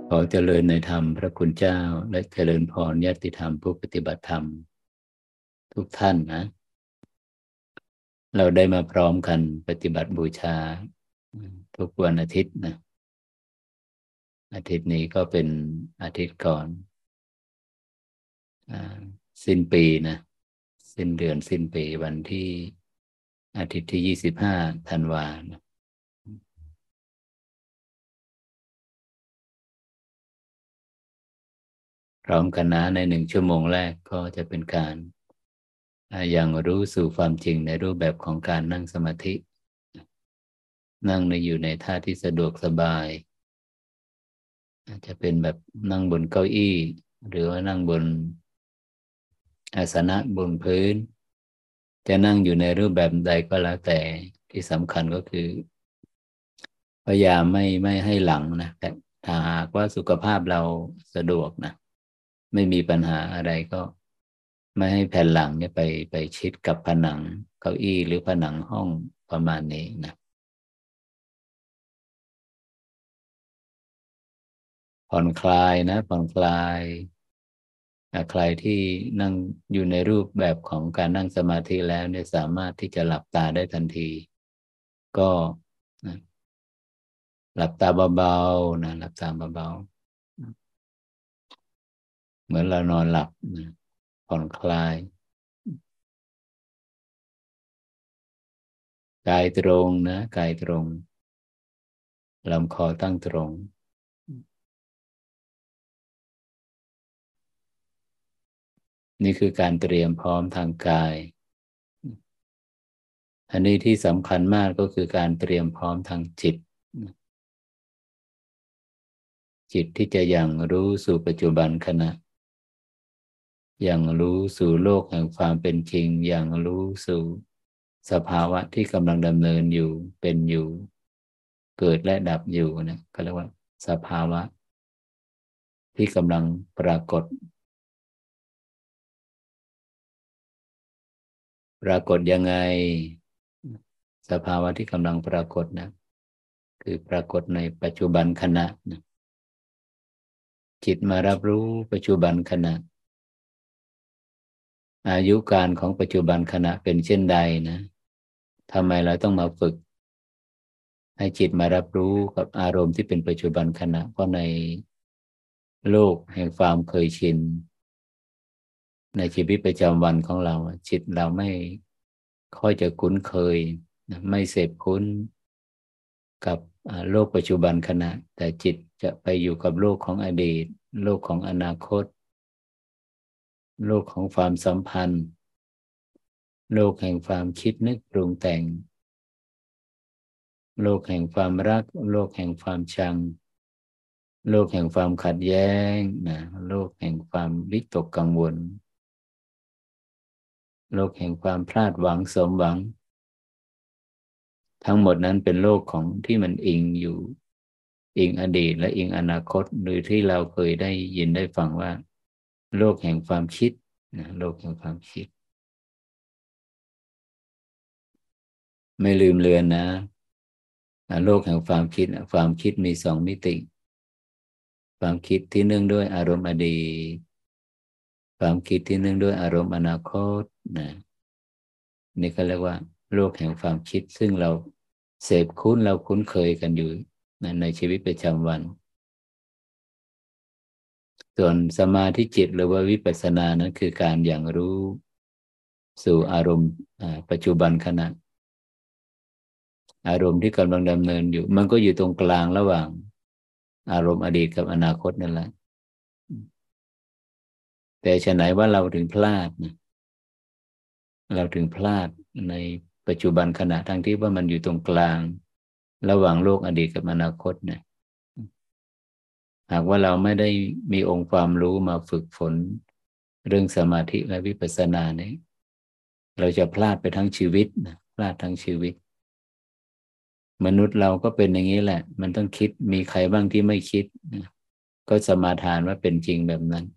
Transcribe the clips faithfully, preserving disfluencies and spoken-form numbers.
ขอเจริญในธรรมพระคุณเจ้าและเจริญพรญาติธรรมผู้ปฏิบัติธรรมทุกท่านนะเราได้มาพร้อมกันปฏิบัติบูชาทุกวันอาทิตย์นะอาทิตย์นี้ก็เป็นอาทิตย์ก่อนอาสิ้นปีนะสิ้นเดือนสิ้นปีวันที่อาทิตย์ที่ยี่สิบห้าธันวานะพร้อมกันนะในหนึ่งชั่วโมงแรกก็จะเป็นการยังรู้สู่ความจริงในรูปแบบของการนั่งสมาธินั่งในอยู่ในท่าที่สะดวกสบายอาจจะเป็นแบบนั่งบนเก้าอี้หรือว่านั่งบนอาสนะบนพื้นจะนั่งอยู่ในรูปแบบใดก็แล้วแต่ที่สำคัญก็คือพยายามไม่ไม่ให้หลังนะแต่ถ้าหากว่าสุขภาพเราสะดวกนะไม่มีปัญหาอะไรก็ไม่ให้แผ่นหลังเนี่ยไปไปชิดกับผนังเก้าอี้หรือผนังห้องประมาณนี้นะผ่อนคลายนะผ่อนคลายใครที่นั่งอยู่ในรูปแบบของการนั่งสมาธิแล้วเนี่ยสามารถที่จะหลับตาได้ทันทีก็หลับตาเบาๆนะหลับตาเบาๆเหมือนเรานอนหลับนะผ่อนคลายกายตรงนะกายตรงลำคอตั้งตรงนี่คือการเตรียมพร้อมทางกายอันนี้ที่สำคัญมากก็คือการเตรียมพร้อมทางจิตจิตที่จะยังรู้สู่ปัจจุบันขณะอย่างรู้สู่โลกแห่งความเป็นจริงอย่างรู้สู่สภาวะที่กำลังดำเนินอยู่เป็นอยู่เกิดและดับอยู่นะก็เรียกว่าสภาวะที่กำลังปรากฏปรากฏยังไงสภาวะที่กำลังปรากฏนะคือปรากฏในปัจจุบันขณะนะจิตมารับรู้ปัจจุบันขณะอายุการของปัจจุบันขณะเป็นเช่นใดนะทำไมเราต้องมาฝึกให้จิตมารับรู้กับอารมณ์ที่เป็นปัจจุบันขณะเพราะในโลกแห่งความเคยชินในชีวิตประจำวันของเราจิตเราไม่ค่อยจะคุ้นเคยไม่เสพคุ้นกับโลกปัจจุบันขณะแต่จิตจะไปอยู่กับโลกของอดีตโลกของอนาคตโลกของความสัมพันธ์โลกแห่งความคิดนึกปรุงแต่งโลกแห่งความรักโลกแห่งความชังโลกแห่งความขัดแย้งนะโลกแห่งความวิตกกังวลโลกแห่งความพลาดหวังสมหวังทั้งหมดนั้นเป็นโลกของที่มันอิงอยู่อิงอดีตและอิงอนาคตโดยที่เราเคยได้ยินได้ฟังว่าโลกแห่งความคิดนะโลกแห่งความคิดไม่ลืมเลือนนะโลกแห่งความคิดความคิดมีสองมิติความคิดที่เนื่องด้วยอารมณ์อดีตความคิดที่เนื่องด้วยอารมณ์อนาคตนะนี่ก็เรียกว่าโลกแห่งความคิดซึ่งเราเสพคุ้นเราคุ้นเคยกันอยู่นะในชีวิตประจำวันส่วนสมาธิจิตหรือว่าวิปัสสนานั้นคือการอย่างรู้สู่อารมณ์ปัจจุบันขณะอารมณ์ที่กำลังดำเนินอยู่มันก็อยู่ตรงกลางระหว่างอารมณ์อดีตกับอนาคตนั่นแหละแต่ฉะไหนว่าเราถึงพลาดนะเราถึงพลาดในปัจจุบันขณะทั้งที่ว่ามันอยู่ตรงกลางระหว่างโลกอดีตกับอนาคตเนี่ยหากว่าเราไม่ได้มีองค์ความรู้มาฝึกฝนเรื่องสมาธิและวิปัสสนาเนี่ยเราจะพลาดไปทั้งชีวิตนะพลาดทั้งชีวิตมนุษย์เราก็เป็นอย่างนี้แหละมันต้องคิดมีใครบ้างที่ไม่คิดนะก็สมาทานว่าเป็นจริงแบบนั้น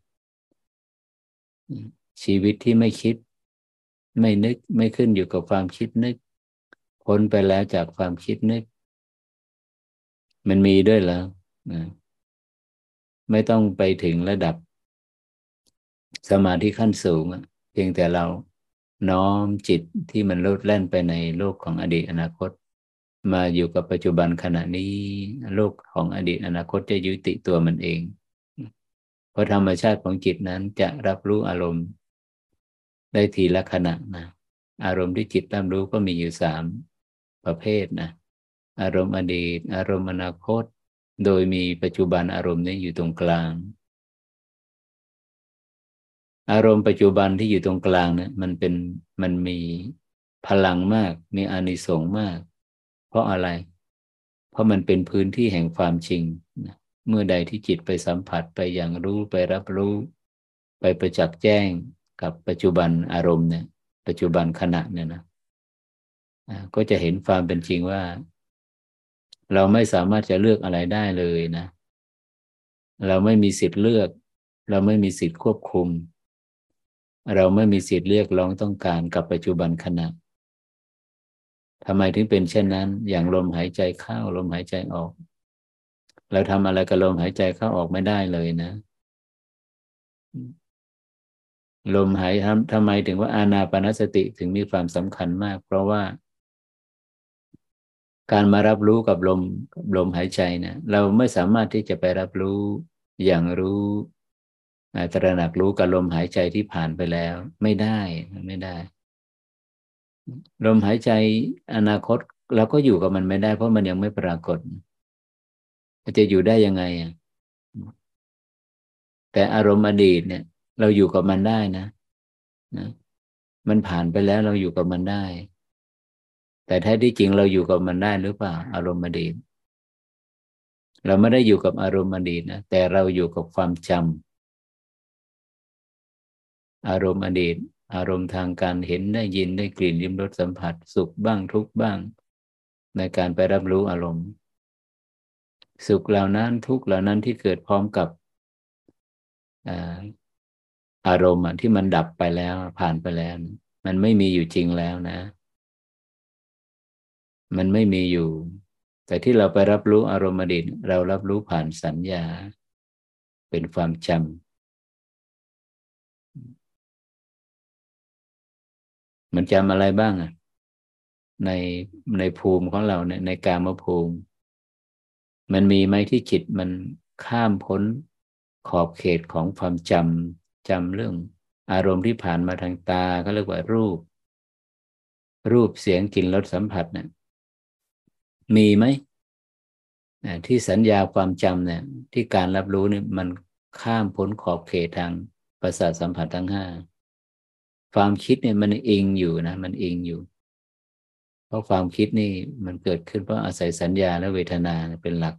ชีวิตที่ไม่คิดไม่นึกไม่ขึ้นอยู่กับความคิดนึกพ้นไปแล้วจากความคิดนึกมันมีด้วยแล้วนะไม่ต้องไปถึงระดับสมาธิขั้นสูงเพียงแต่เราน้อมจิตที่มันโลดแล่นไปในโลกของอดีตอนาคตมาอยู่กับปัจจุบันขณะนี้โลกของอดีตอนาคตจะยุติตัวมันเองเพราะธรรมชาติของจิตนั้นจะรับรู้อารมณ์ได้ทีละขณะนะอารมณ์ที่จิตรับรู้ก็มีอยู่สามประเภทนะอารมณ์อดีตอารมณ์อนาคตโดยมีปัจจุบันอารมณ์นี้อยู่ตรงกลางอารมณ์ปัจจุบันที่อยู่ตรงกลางเนี่ยมันเป็นมันมีพลังมากมีอานิสงส์มากเพราะอะไรเพราะมันเป็นพื้นที่แห่งความจริงนะเมื่อใดที่จิตไปสัมผัสไปอย่างรู้ไปรับรู้ไปประจักษ์แจ้งกับปัจจุบันอารมณ์เนี่ยปัจจุบันขณะเนี่ยนะก็จะเห็นความเป็นจริงว่าเราไม่สามารถจะเลือกอะไรได้เลยนะเราไม่มีสิทธิ์เลือกเราไม่มีสิทธิ์ควบคุมเราไม่มีสิทธิ์เรียกร้องต้องการกับปัจจุบันขณะทำไมถึงเป็นเช่นนั้นอย่างลมหายใจเข้าลมหายใจออกเราทำอะไรกับลมหายใจเข้าออกไม่ได้เลยนะลมหายทำทำไมถึงว่าอานาปานสติถึงมีความสำคัญมากเพราะว่าการมารับรู้กับลมกับลมหายใจนะเราไม่สามารถที่จะไปรับรู้อย่างรู้ตระหนักรู้กับลมหายใจที่ผ่านไปแล้วไม่ได้ไม่ได้ลมหายใจอนาคตเราก็อยู่กับมันไม่ได้เพราะมันยังไม่ปรากฏจะอยู่ได้ยังไงอ่ะแต่อารมณ์อดีตเนี่ยเราอยู่กับมันได้นะนะมันผ่านไปแล้วเราอยู่กับมันได้แต่แท้ที่จริงเราอยู่กับมันได้หรือเปล่าอารมณ์อดีตเราไม่ได้อยู่กับอารมณ์อดีตนะแต่เราอยู่กับความจำอารมณ์อดีตอารมณ์ทางการเห็นได้ยินได้กลิ่นลิ้มรสสัมผัสสุขบ้างทุกข์บ้างในการไปรับรู้อารมณ์สุขเหล่านั้นทุกข์เหล่านั้นที่เกิดพร้อมกับอารมณ์ที่มันดับไปแล้วผ่านไปแล้วมันไม่มีอยู่จริงแล้วนะมันไม่มีอยู่แต่ที่เราไปรับรู้อารมณ์อดีตเรารับรู้ผ่านสัญญาเป็นความจำมันจำอะไรบ้างอ่ะในในภูมิของเราเนี่ยในกามภูมิมันมีไหมที่จิตมันข้ามพ้นขอบเขตของความจำจำเรื่องอารมณ์ที่ผ่านมาทางตาก็เรียกว่ารูปรูปเสียงกลิ่นรสสัมผัสเนี่ยมีไหมที่สัญญาความจำเนี่ยที่การรับรู้เนี่ยมันข้ามพ้นขอบเขตทางประสาทสัมผัสทั้งห้าความคิดเนี่ยมันอิงอยู่นะมันอิงอยู่เพราะความคิดนี่มันเกิดขึ้นเพราะอาศัยสัญญาและเวทนาเป็นหลัก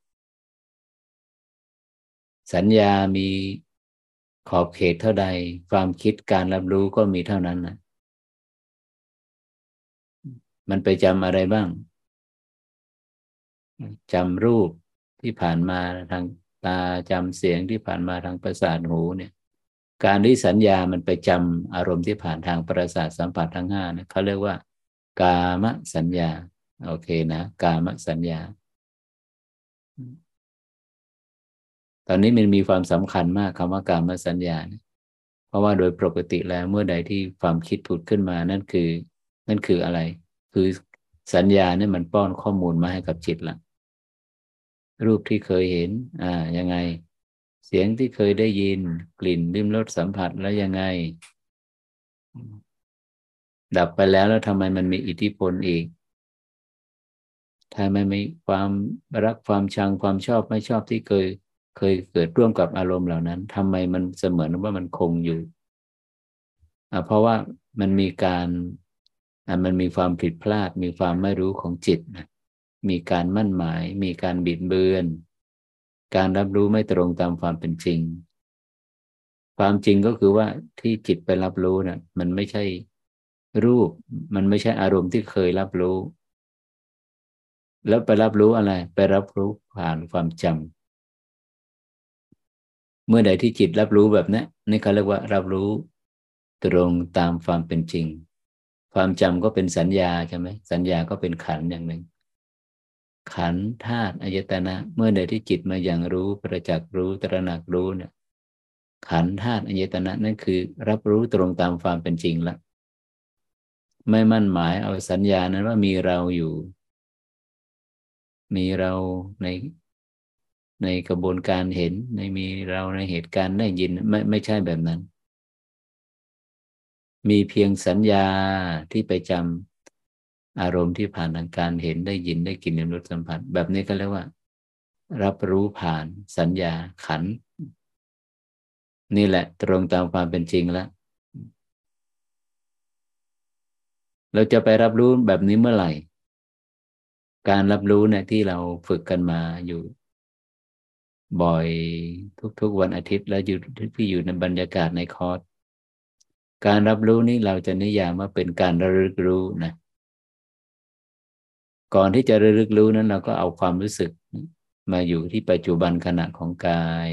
สัญญามีขอบเขตเท่าใดความคิดการรับรู้ก็มีเท่านั้นนะมันไปจำอะไรบ้างจำรูปที่ผ่านมาทางตาจำเสียงที่ผ่านมาทางประสาทหูเนี่ยการที่สัญญามันไปจำอารมณ์ที่ผ่านทางประสาทสัมผัสทั้งห้าเนี่ยเขาเรียกว่ากามสัญญาโอเคนะกามสัญญาตอนนี้มันมีความสำคัญมากคำว่ากามสัญญาเนี่ยเพราะว่าโดยปกติแล้วเมื่อใดที่ความคิดผุดขึ้นมานั่นคือนั่นคืออะไรคือสัญญาเนี่ยมันป้อนข้อมูลมาให้กับจิตละรูปที่เคยเห็นอ่ายังไงเสียงที่เคยได้ยินกลิ่นลิ้มรสสัมผัสแล้วยังไงดับไปแล้วแล้วทำไมมันมีอิทธิพลอีกถ้าไม่มีความรักความชังความชอบไม่ชอบที่เคยเคยเกิดร่วมกับอารมณ์เหล่านั้นทำไมมันเสมือนว่ามันคงอยู่อ่าเพราะว่ามันมีการอ่ามันมีความผิดพลาดมีความไม่รู้ของจิตนะมีการมั่นหมายมีการบิดเบือนการรับรู้ไม่ตรงตามความเป็นจริงความจริงก็คือว่าที่จิตไปรับรู้นะ่ะมันไม่ใช่รูปมันไม่ใช่อารมณ์ที่เคยรับรู้แล้วไปรับรู้อะไรไปรับรู้ผ่านความจำเมื่อใดที่จิตรับรู้แบบนี้นี่เขาเรียกว่ารับรู้ตรงตามความเป็นจริงความจำก็เป็นสัญญาใช่ไหมสัญญาก็เป็นขันธ์อย่างหนึ่งขันธ์ธาตุอายตนะเมื่อใดที่จิตมาอย่างรู้ประจักษ์รู้ตระหนักรู้เนี่ยขันธ์ธาตุอายตนะนั่นคือรับรู้ตรงตามความเป็นจริงละไม่มั่นหมายเอาสัญญานั้นว่ามีเราอยู่มีเราในในกระบวนการเห็นในมีเราในเหตุการณ์ได้ยินไม่ไม่ใช่แบบนั้นมีเพียงสัญญาที่ไปจำอารมณ์ที่ผ่านทางการเห็นได้ยินได้กลิ่นได้รสสัมผัสแบบนี้ก็เรียกว่ารับรู้ผ่านสัญญาขันธ์นี่แหละตรงตามความเป็นจริงแล้วเราจะไปรับรู้แบบนี้เมื่อไหร่การรับรู้เนี่ยที่เราฝึกกันมาอยู่บ่อยทุกๆวันอาทิตย์แล้วอยู่ที่อยู่ในบรรยากาศในคอร์สการรับรู้นี้เราจะนิยามว่าเป็นการระลึกรู้นะก่อนที่จะระลึกรู้นั้นเราก็เอาความรู้สึกมาอยู่ที่ปัจจุบันขณะของกาย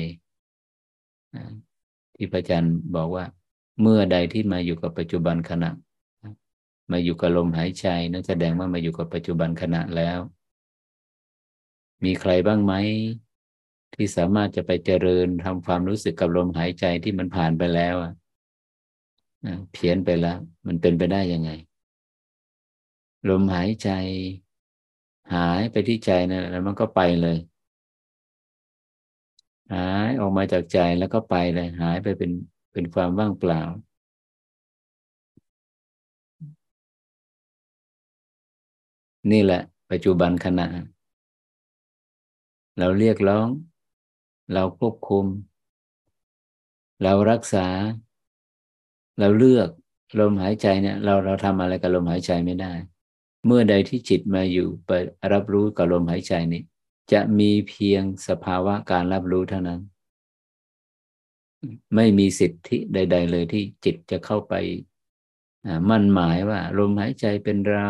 ที่พระอาจารย์บอกว่าเมื่อใดที่มาอยู่กับปัจจุบันขณะมาอยู่กับลมหายใจนั่นแสดงว่ามาอยู่กับปัจจุบันขณะแล้วมีใครบ้างไหมที่สามารถจะไปเจริญทำความรู้สึกกับลมหายใจที่มันผ่านไปแล้วอ่ะเพี้ยนไปแล้วมันเป็นไปได้ยังไงลมหายใจหายไปที่ใจนะแล้วมันก็ไปเลยหายออกมาจากใจแล้วก็ไปเลยหายไปเป็นเป็นความว่างเปล่านี่แหละปัจจุบันขณะเราเรียกร้องเราควบคุมเรารักษาเราเลือกลมหายใจเนี่ยเราเราทำอะไรกับลมหายใจไม่ได้เมื่อใดที่จิตมาอยู่ไปรับรู้กับลมหายใจนี้จะมีเพียงสภาวะการรับรู้เท่านั้นไม่มีสิทธิใดๆเลยที่จิตจะเข้าไปมั่นหมายว่าลมหายใจเป็นเรา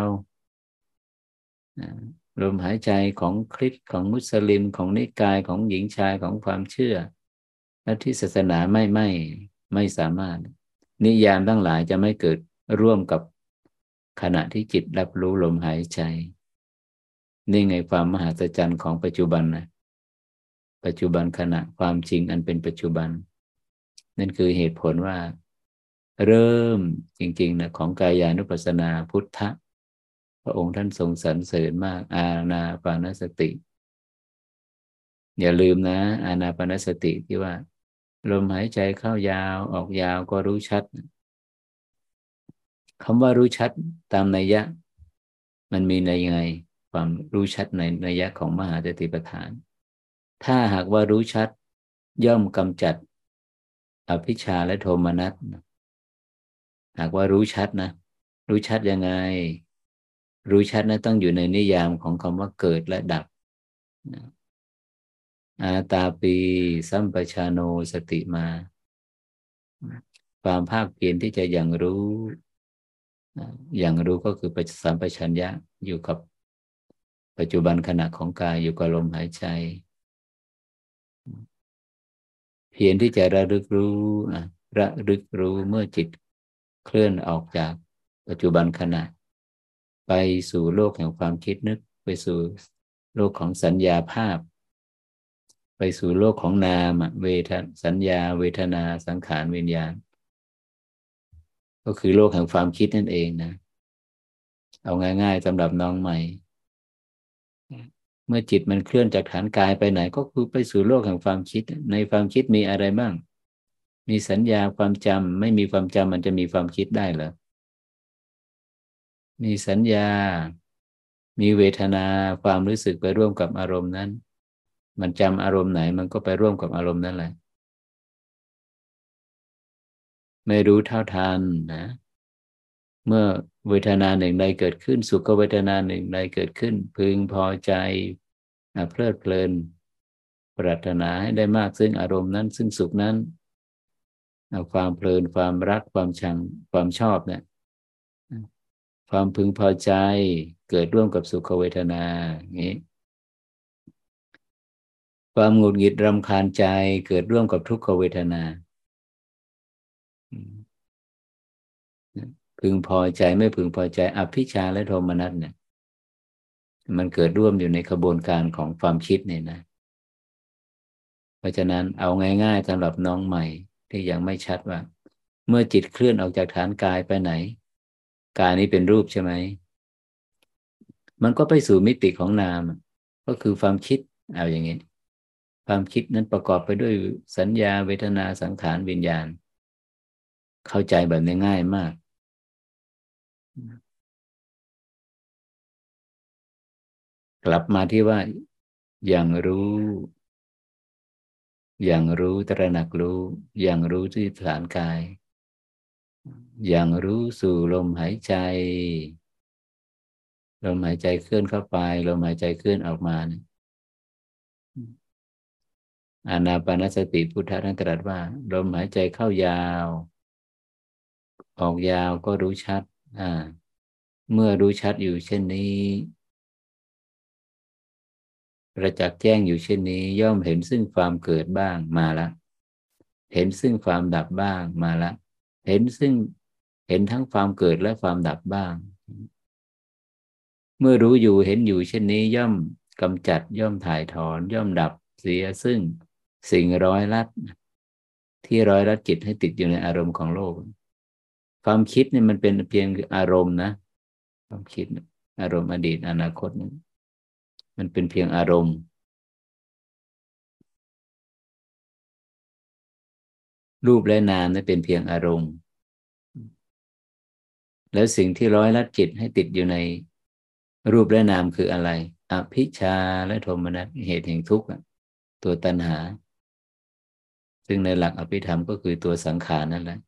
ลมหายใจของคริสต์ของมุสลิมของนิกายของหญิงชายของความเชื่อและที่ศาสนาไม่ไม่ไม่สามารถนิยามทั้งหลายจะไม่เกิดร่วมกับขณะที่จิตรับรู้ลมหายใจนี่ไงความมหัศจรรย์ของปัจจุบันนะปัจจุบันขณะความจริงอันเป็นปัจจุบันนั่นคือเหตุผลว่าเริ่มจริงๆนะของกายานุปัสสนาพุทธะพระองค์ท่านทรงสรรเสริญมากอานาปานสติอย่าลืมนะอานาปานสติที่ว่าลมหายใจเข้ายาวออกยาวก็รู้ชัดคำว่ารู้ชัดตามนัยยะมันมีในยังไงความรู้ชัดในนัยยะของมหาสติปัฏฐานถ้าหากว่ารู้ชัดย่อมกำจัดอภิชฌาและโทมนัสหากว่ารู้ชัดนะรู้ชัดยังไงรู้ชัดนะต้องอยู่ในนิยามของคำว่าเกิดและดับอาตาปีสัมปชานโนสติมาความภาคเพียรที่จะอย่างรู้อย่างรู้ก็คือสัมปชัญญะอยู่กับปัจจุบันขณะของกายอยู่กับลมหายใจเพียรที่จะระลึกรู้ระลึกรู้เมื่อจิตเคลื่อนออกจากปัจจุบันขณะไปสู่โลกแห่งความคิดนึกไปสู่โลกของสัญญาภาพไปสู่โลกของนามเวทสัญญาเวทนาสังขารวิญญาณก็คือโลกแห่งความคิดนั่นเองนะเอาง่ายๆสำหรับน้องใหม่เมื่อจิตมันเคลื่อนจากฐานกายไปไหนก็คือไปสู่โลกแห่งความคิดในความคิดมีอะไรบ้างมีสัญญาความจำไม่มีความจำมันจะมีความคิดได้เหรอมีสัญญามีเวทนาความรู้สึกไปร่วมกับอารมณ์นั้นมันจำอารมณ์ไหนมันก็ไปร่วมกับอารมณ์นั้นแหละไม่รู้เท่าทันนะเมื่อเวทนาหนึ่งใดเกิดขึ้นสุขเวทนาหนึ่งใดเกิดขึ้นพึงพอใจเพลิดเพลินปรารถนาให้ได้มากซึ่งอารมณ์นั้นซึ่งสุขนั้นความเพลินความรักความชังความชอบเนี่ยความพึงพอใจเกิดร่วมกับสุขเวทนาอย่างนี้ความหงุดหงิดรำคาญใจเกิดร่วมกับทุกขเวทนาพึงพอใจไม่พึงพอใจอภิชฌาและโทมนัสเนี่ยมันเกิดร่วมอยู่ในกระบวนการของความคิดเนี่ยนะเพราะฉะนั้นเอาง่ายๆสำหรับน้องใหม่ที่ยังไม่ชัดว่าเมื่อจิตเคลื่อนออกจากฐานกายไปไหนกายนี้เป็นรูปใช่ไหมมันก็ไปสู่มิติของนามก็คือความคิดเอาอย่างนี้ความคิดนั้นประกอบไปด้วยสัญญาเวทนาสังขารวิญญาณเข้าใจแบบนี้ง่ายมากกลับมาที่ว่าอย่างรู้อย่างรู้ตระหนักรู้อย่างรู้ที่ฐานกายอย่างรู้สู่ลมหายใจลมหายใจเคลื่อนเข้าไปลมหายใจเคลื่อนออกมาเนี่ยอานาปานสติพุทธะท่านตรัสว่าลมหายใจเข้ายาวออกยาวก็รู้ชัดอ่าเมื่อรู้ชัดอยู่เช่นนี้ประจักษ์แจ้งอยู่เช่นนี้ย่อมเห็นซึ่งความเกิดบ้างมาละเห็นซึ่งความดับบ้างมาละเห็นซึ่งเห็นทั้งความเกิดและความดับบ้างเมื่อรู้อยู่เห็นอยู่เช่นนี้ย่อมกำจัดย่อมถ่ายถอนย่อมดับเสียซึ่งสิ่งร้อยลัดที่ร้อยลัดจิตให้ติดอยู่ในอารมณ์ของโลกความคิดเนี่ยมันเป็นเพียงอารมณ์นะความคิดอารมณ์อดีตอนาคตนี่มันเป็นเพียงอารมณ์รูปและนามนี่เป็นเพียงอารมณ์แล้วสิ่งที่ร้อยลัดจิตให้ติดอยู่ในรูปและนามคืออะไรอภิชฌาและโทมนัสเหตุแห่งทุกข์ตัวตัณหาซึ่งในหลักอภิธรรมก็คือตัวสังขารนั่นแหละ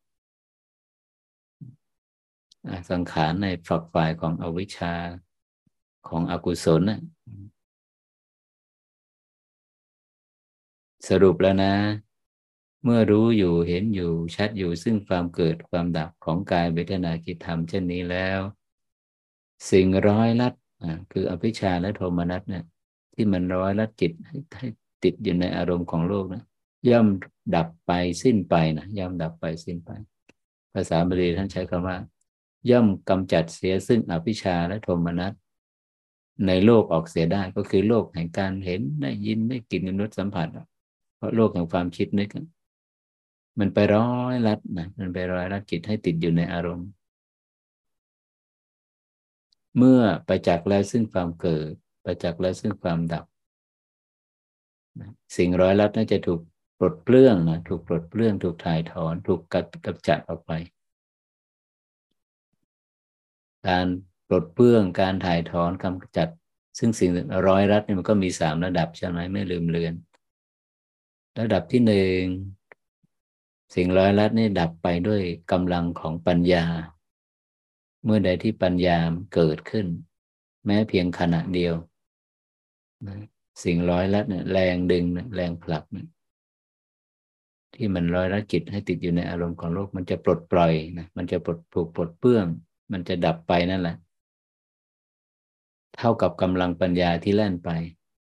สังขารในฝักฝ่ายของอวิชชาของอกุศลนะสรุปแล้วนะ เมื่อรู้อยู่เห็นอยู่ชัดอยู่ซึ่งความเกิดความดับของกายเวทนาจิตธรรมเช่นนี้แล้วสิ่งร้อยลัดอ่าคืออภิชฌาและโทมนัสเนี่ยที่มันร้อยลัดจิตให้ให้ติดอยู่ในอารมณ์ของโลกนะย่อมดับไปสิ้นไปนะย่อมดับไปสิ้นไปภาษาบาลีท่านใช้คำว่าย่อมกำจัดเสียซึ่งอภิชฌาและโทมนัสในโลกออกเสียได้ก็คือโลกแห่งการเห็นได้ยินได้กลิ่นได้รสสัมผัสเพราะโลกแห่งความคิดนึกมันไปร้อยลัดนะมันไปร้อยลัดจิตให้ติดอยู่ในอารมณ์เมื่อไปจากแล้วซึ่งความเกิดไปจากแล้วซึ่งความดับนะสิ่งร้อยลัดน่าจะถูกปลดเปลื้องนะถูกปลดเปลื้องถูกถ่ายถอนถูกกัดกำจัดออกไปการปลดเปลื้องการถ่ายถอนกำจัดซึ่งสิ่งร้อยลัดเนี่ยมันก็มีสามระดับใช่ไหมไม่ลืมเลือนระดับที่หนึ่งสิ่งร้อยลัดนี่ดับไปด้วยกำลังของปัญญาเมื่อใดที่ปัญญาเกิดขึ้นแม้เพียงขณะเดียวนะสิ่งร้อยลัดเนี่ยแรงดึงนะแรงผลักนะที่มันร้อยลัดจิตให้ติดอยู่ในอารมณ์ของโลกมันจะปลดปล่อยนะมันจะปลดถูกปลดเปลื้องมันจะดับไปนั่นแหละเท่ากับกำลังปัญญาที่แล่นไป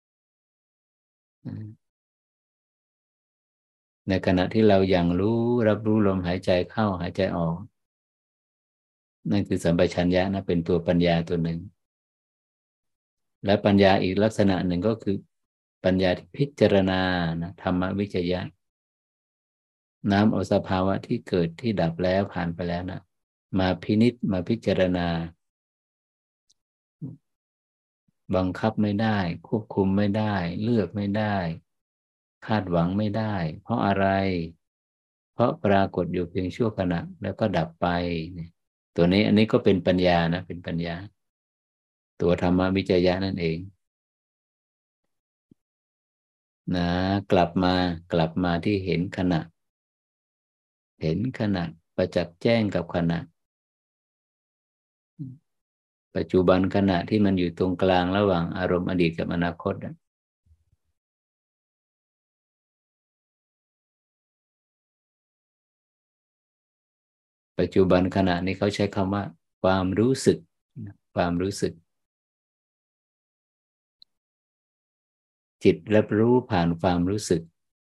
ในขณะที่เรายังรู้รับรู้ลมหายใจเข้าหายใจออกนั่นคือสัมปชัญญะนะเป็นตัวปัญญาตัวหนึ่งและปัญญาอีกลักษณะหนึ่งก็คือปัญญาที่พิจารณานะธรรมวิจยะน้ำเอาสภาวะที่เกิดที่ดับแล้วผ่านไปแล้วนะมาพินิจมาพิจารณาบังคับไม่ได้ควบคุมไม่ได้เลือกไม่ได้คาดหวังไม่ได้เพราะอะไรเพราะปรากฏอยู่เพียงชั่วขณะแล้วก็ดับไปเนี่ยตัวนี้อันนี้ก็เป็นปัญญานะเป็นปัญญาตัวธรรมวิจยะนั่นเองนะกลับมากลับมาที่เห็นขณะเห็นขณะประจักษ์แจ้งกับขณะปัจจุบันขณะที่มันอยู่ตรงกลางระหว่างอารมณ์อดีตกับอนาคตปัจจุบันขณะนี้เขาใช้คำว่าความรู้สึกความรู้สึกจิตรับรู้ผ่านความรู้สึก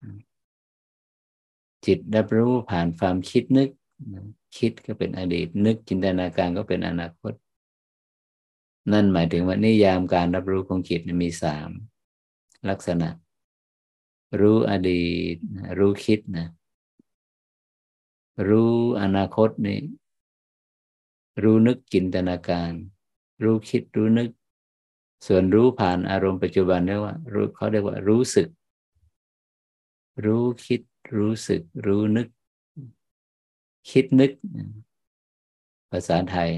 จิตรับรู้ผ่านความคิดนึกคิดก็เป็นอดีตนึกจินตนาการก็เป็นอนาคตนั่นหมายถึงว่านิยามการรับรู้ของจิตมีสามลักษณะรู้อดีตรู้คิดนะรู้อนาคตนี่รู้นึกจินตนาการรู้คิดรู้นึกส่วนรู้ผ่านอารมณ์ปัจจุบันเรียกว่ารู้เขาเรียกว่ารู้สึกรู้คิดรู้สึกรู้นึกคิดนึกภาษาไทย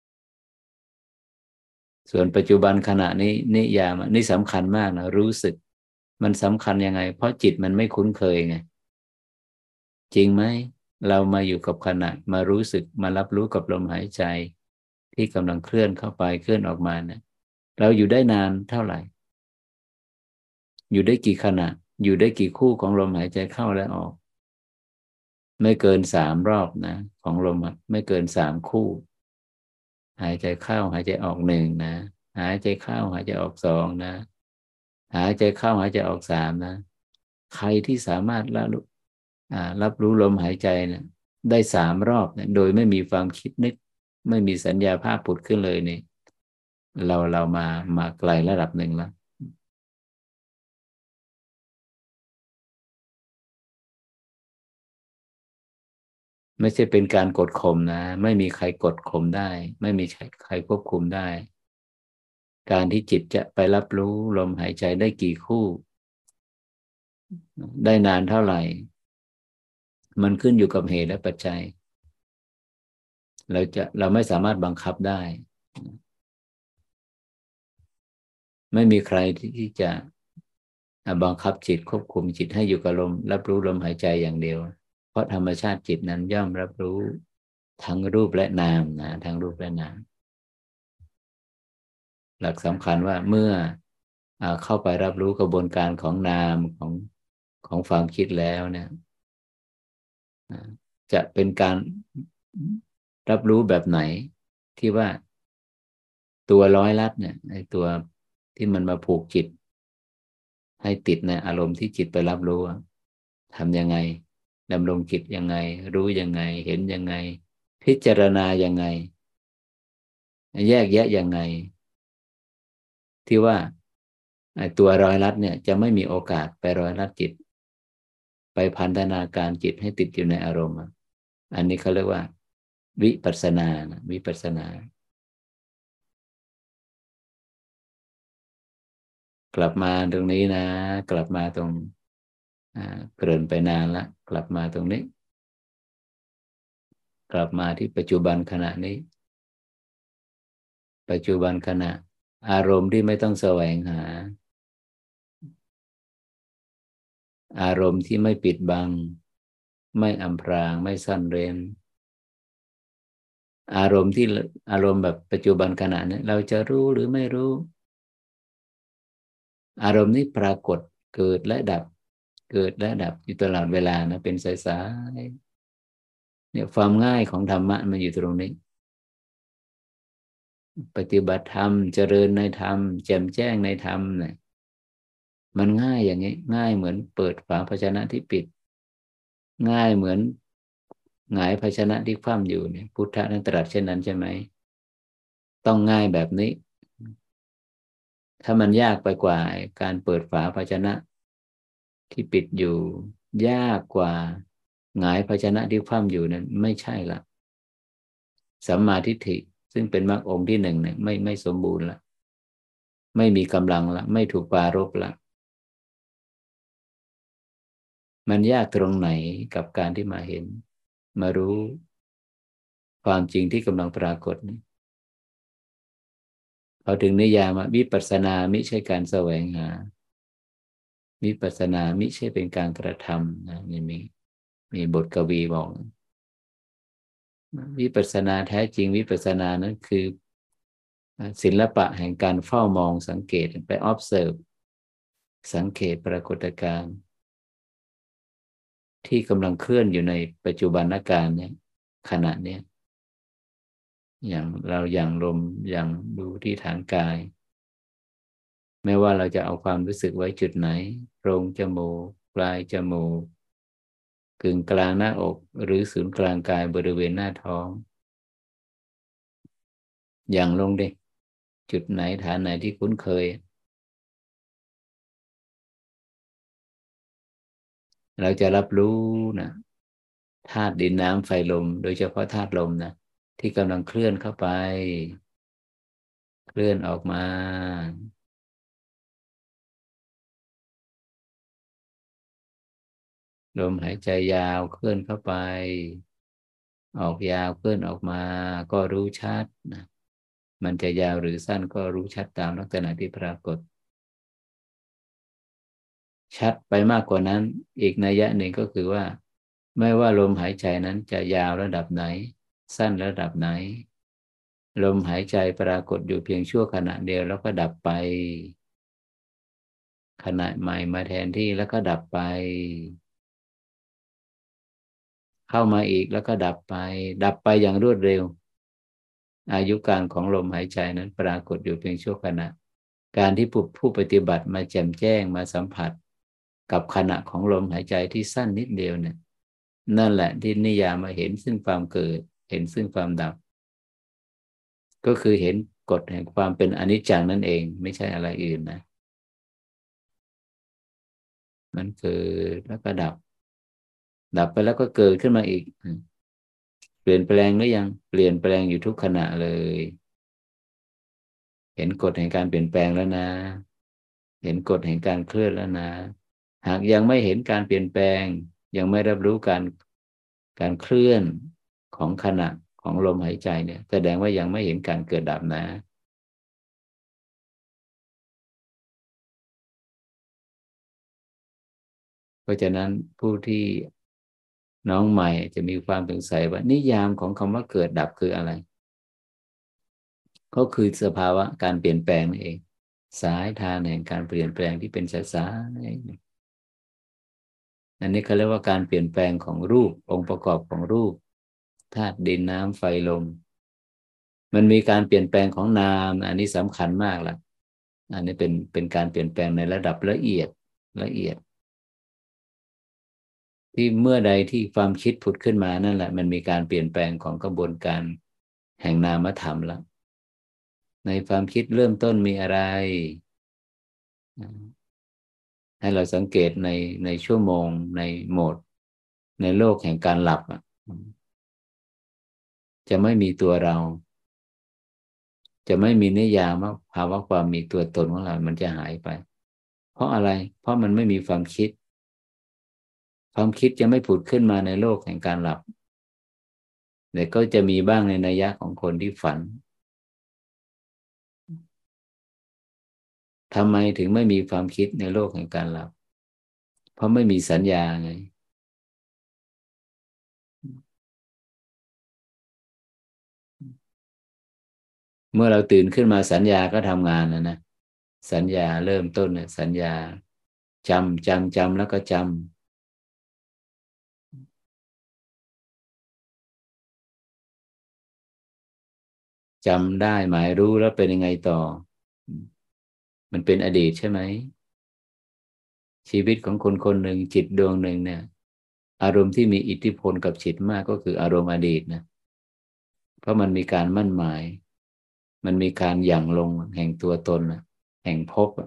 ส่วนปัจจุบันขณะนี้นิยามนี่สำคัญมากนะรู้สึกมันสำคัญยังไงเพราะจิตมันไม่คุ้นเคยไงจริงไหมเรามาอยู่กับขณะมารู้สึกมารับรู้กับลมหายใจที่กำลังเคลื่อนเข้าไปเคลื่อนออกมาเนี่ยเราอยู่ได้นานเท่าไหร่อยู่ได้กี่ขณะอยู่ได้กี่คู่ของลมหายใจเข้าและออกไม่เกินสามรอบนะของลมไม่เกินสามคู่หายใจเข้าหายใจออกหนึ่งนะหายใจเข้าหายใจออกสองนะหายใจเข้าหายใจออกสามนะใครที่สามารถรับรู้รับรู้ลมหายใจนะได้สามรอบนะโดยไม่มีความคิดนึกไม่มีสัญญาภาพผุดขึ้นเลยเนี่ยเราเรามามาไกลระดับหนึ่งแล้วไม่ใช่เป็นการกดข่มนะไม่มีใครกดข่มได้ไม่มีใครควบคุมได้การที่จิตจะไปรับรู้ลมหายใจได้กี่คู่ได้นานเท่าไหร่มันขึ้นอยู่กับเหตุและปัจจัยเราจะเราไม่สามารถบังคับได้ไม่มีใครที่จะบังคับจิตควบคุมจิตให้อยู่กับลมรับรู้ลมหายใจอย่างเดียวเพราะธรรมชาติจิตนั้นย่อมรับรู้ทั้งรูปและนามนะทั้งรูปและนามหลักสำคัญว่าเมื่อเข้าไปรับรู้กระบวนการของนามของของความคิดแล้วเนี่ยจะเป็นการรับรู้แบบไหนที่ว่าตัวร้อยลัดเนี่ยไอ้ตัวที่มันมาผูกจิตให้ติดในอารมณ์ที่จิตไปรับรู้ทำยังไงดำรงจิตยังไงรู้ยังไงเห็นยังไงพิจารณายังไงแยกแยะยังไงที่ว่าตัวร้อยลัดเนี่ยจะไม่มีโอกาสไปร้อยลัดจิตไปพันธนาการจิตให้ติดอยู่ในอารมณ์อันนี้เขาเรียกว่าวิปัสสนานะวิปัสสนากลับมาตรงนี้นะกลับมาตรงเกริ่นไปนานละกลับมาตรงนี้กลับมาที่ปัจจุบันขณะนี้ปัจจุบันขณะอารมณ์ที่ไม่ต้องแสวงหาอารมณ์ที่ไม่ปิดบังไม่อำพรางไม่ซ่อนเร้นอารมณ์ที่อารมณ์แบบปัจจุบันขณะนี้เราจะรู้หรือไม่รู้อารมณ์นี้ปรากฏเกิดและดับเกิดและดับอยู่ตลอดเวลานะเป็นสายๆเนี่ยความง่ายของธรรมะมันอยู่ตรงนี้ปฏิบัติธรรมเจริญในธรรมแจ่มแจ้งในธรรมเนี่ยมันง่ายอย่างนี้ง่ายเหมือนเปิดฝาภาชนะที่ปิดง่ายเหมือนหงายภาชนะที่คว่ำอยู่เนี่ยพุทธะนั้นตรัสเช่นนั้นใช่ไหมต้องง่ายแบบนี้ถ้ามันยากไปกว่าการเปิดฝาภาชนะที่ปิดอยู่ยากกว่าหงายภาชนะที่คว่ำอยู่นั้นไม่ใช่ละสัมมาทิฏฐิซึ่งเป็นมรรคองค์ที่หนึ่งเนี่ยไม่ไม่สมบูรณ์ละไม่มีกำลังละไม่ถูกปรารภละมันยากตรงไหนกับการที่มาเห็นมารู้ความจริงที่กำลังปรากฏนี้เขาถึงนิยามว่าวิปัสสนามิใช่การแสวงหาวิปัสสนามิใช่เป็นการกระทำนะนี่มีมีบทกวีบอกวิปัสสนาแท้จริงวิปัสสนานั้นคือศิลปะแห่งการเฝ้ามองสังเกตไป observe สังเกตปรากฏการณ์ที่กำลังเคลื่อนอยู่ในปัจจุบันการเนี่ยขณะเนี้ยอย่างเราอย่างลมอย่างดูที่ฐานกายไม่ว่าเราจะเอาความรู้สึกไว้จุดไหนโพรงจมูกปลายจมูกกึ่งกลางหน้าอกหรือศูนย์กลางกายบริเวณหน้าท้องอย่างลงดิจุดไหนฐานไหนที่คุ้นเคยเราจะรับรู้นะธาตุดินน้ำไฟลมโดยเฉพาะธาตุลมนะที่กำลังเคลื่อนเข้าไปเคลื่อนออกมาลมหายใจยาวเคลื่อนเข้าไปออกยาวเคลื่อนออกมาก็รู้ชัดนะมันจะยาวหรือสั้นก็รู้ชัดตามลักษณะที่ปรากฏชัดไปมากกว่านั้นอีกนัยยะหนึ่งก็คือว่าไม่ว่าลมหายใจนั้นจะยาวระดับไหนสั้นระดับไหนลมหายใจปรากฏอยู่เพียงชั่วขณะเดียวแล้วก็ดับไปขณะใหม่มาแทนที่แล้วก็ดับไปเข้ามาอีกแล้วก็ดับไปดับไปอย่างรวดเร็วอายุการของลมหายใจนั้นปรากฏอยู่เพียงชั่วขณะการที่ผู้ผู้ปฏิบัติมาแจ่มแจ้งมาสัมผัสกับขณะของลมหายใจที่สั้นนิดเดียวเนี่ยนั่นแหละที่นิยามมาเห็นซึ่งความเกิดเห็นซึ่งความดับก็คือเห็นกฎแห่งความเป็นอนิจจังนั่นเองไม่ใช่อะไรอื่นนะมันเกิดแล้วก็ดับดับไปแล้วก็เกิดขึ้นมาอีกเปลี่ยนแปลงหรือยังเปลี่ยนแปลงอยู่ทุกขณะเลยเห็นกฎแห่งการเปลี่ยนแปลงแล้วนะเห็นกฎแห่งการเคลื่อนแล้วนะหากยังไม่เห็นการเปลี่ยนแปลงยังไม่รับรู้การการเคลื่อนของขณะของลมหายใจเนี่ยแสดงว่ายังไม่เห็นการเกิดดับนะเพราะฉะนั้นผู้ที่น้องใหม่จะมีความสงสัยว่านิยามของคำว่าเกิดดับคืออะไรก็คือสภาวะการเปลี่ยนแปลงนั่นเองสายทานแห่งการเปลี่ยนแปลงที่เป็นสายๆอันนี้เขาเรียกว่าการเปลี่ยนแปลงของรูปองค์ประกอบของรูปธาตุดินน้ำไฟลมมันมีการเปลี่ยนแปลงของนามอันนี้สำคัญมากละอันนี้เป็นเป็นการเปลี่ยนแปลงในระดับละเอียดละเอียดที่เมื่อใดที่ความคิดผุดขึ้นมานั่นแหละมันมีการเปลี่ยนแปลงของกระบวนการแห่งนามธรรมแล้วในความคิดเริ่มต้นมีอะไรให้เราสังเกตในในชั่วโมงในโหมดในโลกแห่งการหลับอ่ะจะไม่มีตัวเราจะไม่มีนิยามว่าภาวะความมีตัวตนของเรามันจะหายไปเพราะอะไรเพราะมันไม่มีความคิดความคิดจะไม่ผุดขึ้นมาในโลกแห่งการหลับแต่ก็จะมีบ้างในนัยยะของคนที่ฝันทำไมถึงไม่มีความคิดในโลกแห่งการหลับเพราะไม่มีสัญญาไงเมื่อเราตื่นขึ้นมาสัญญาก็ทำงานแล้วนะสัญญาเริ่มต้นเนี่ยสัญญาจำจำจำแล้วก็จำจำได้หมายรู้แล้วเป็นยังไงต่อมันเป็นอดีตใช่ไหมชีวิตของคนคนหนึ่งจิตดวงหนึ่งเนี่ยอารมณ์ที่มีอิทธิพลกับจิตมากก็คืออารมณ์อดีตนะเพราะมันมีการมั่นหมายมันมีการหยั่งลงแห่งตัวตนแห่งภพ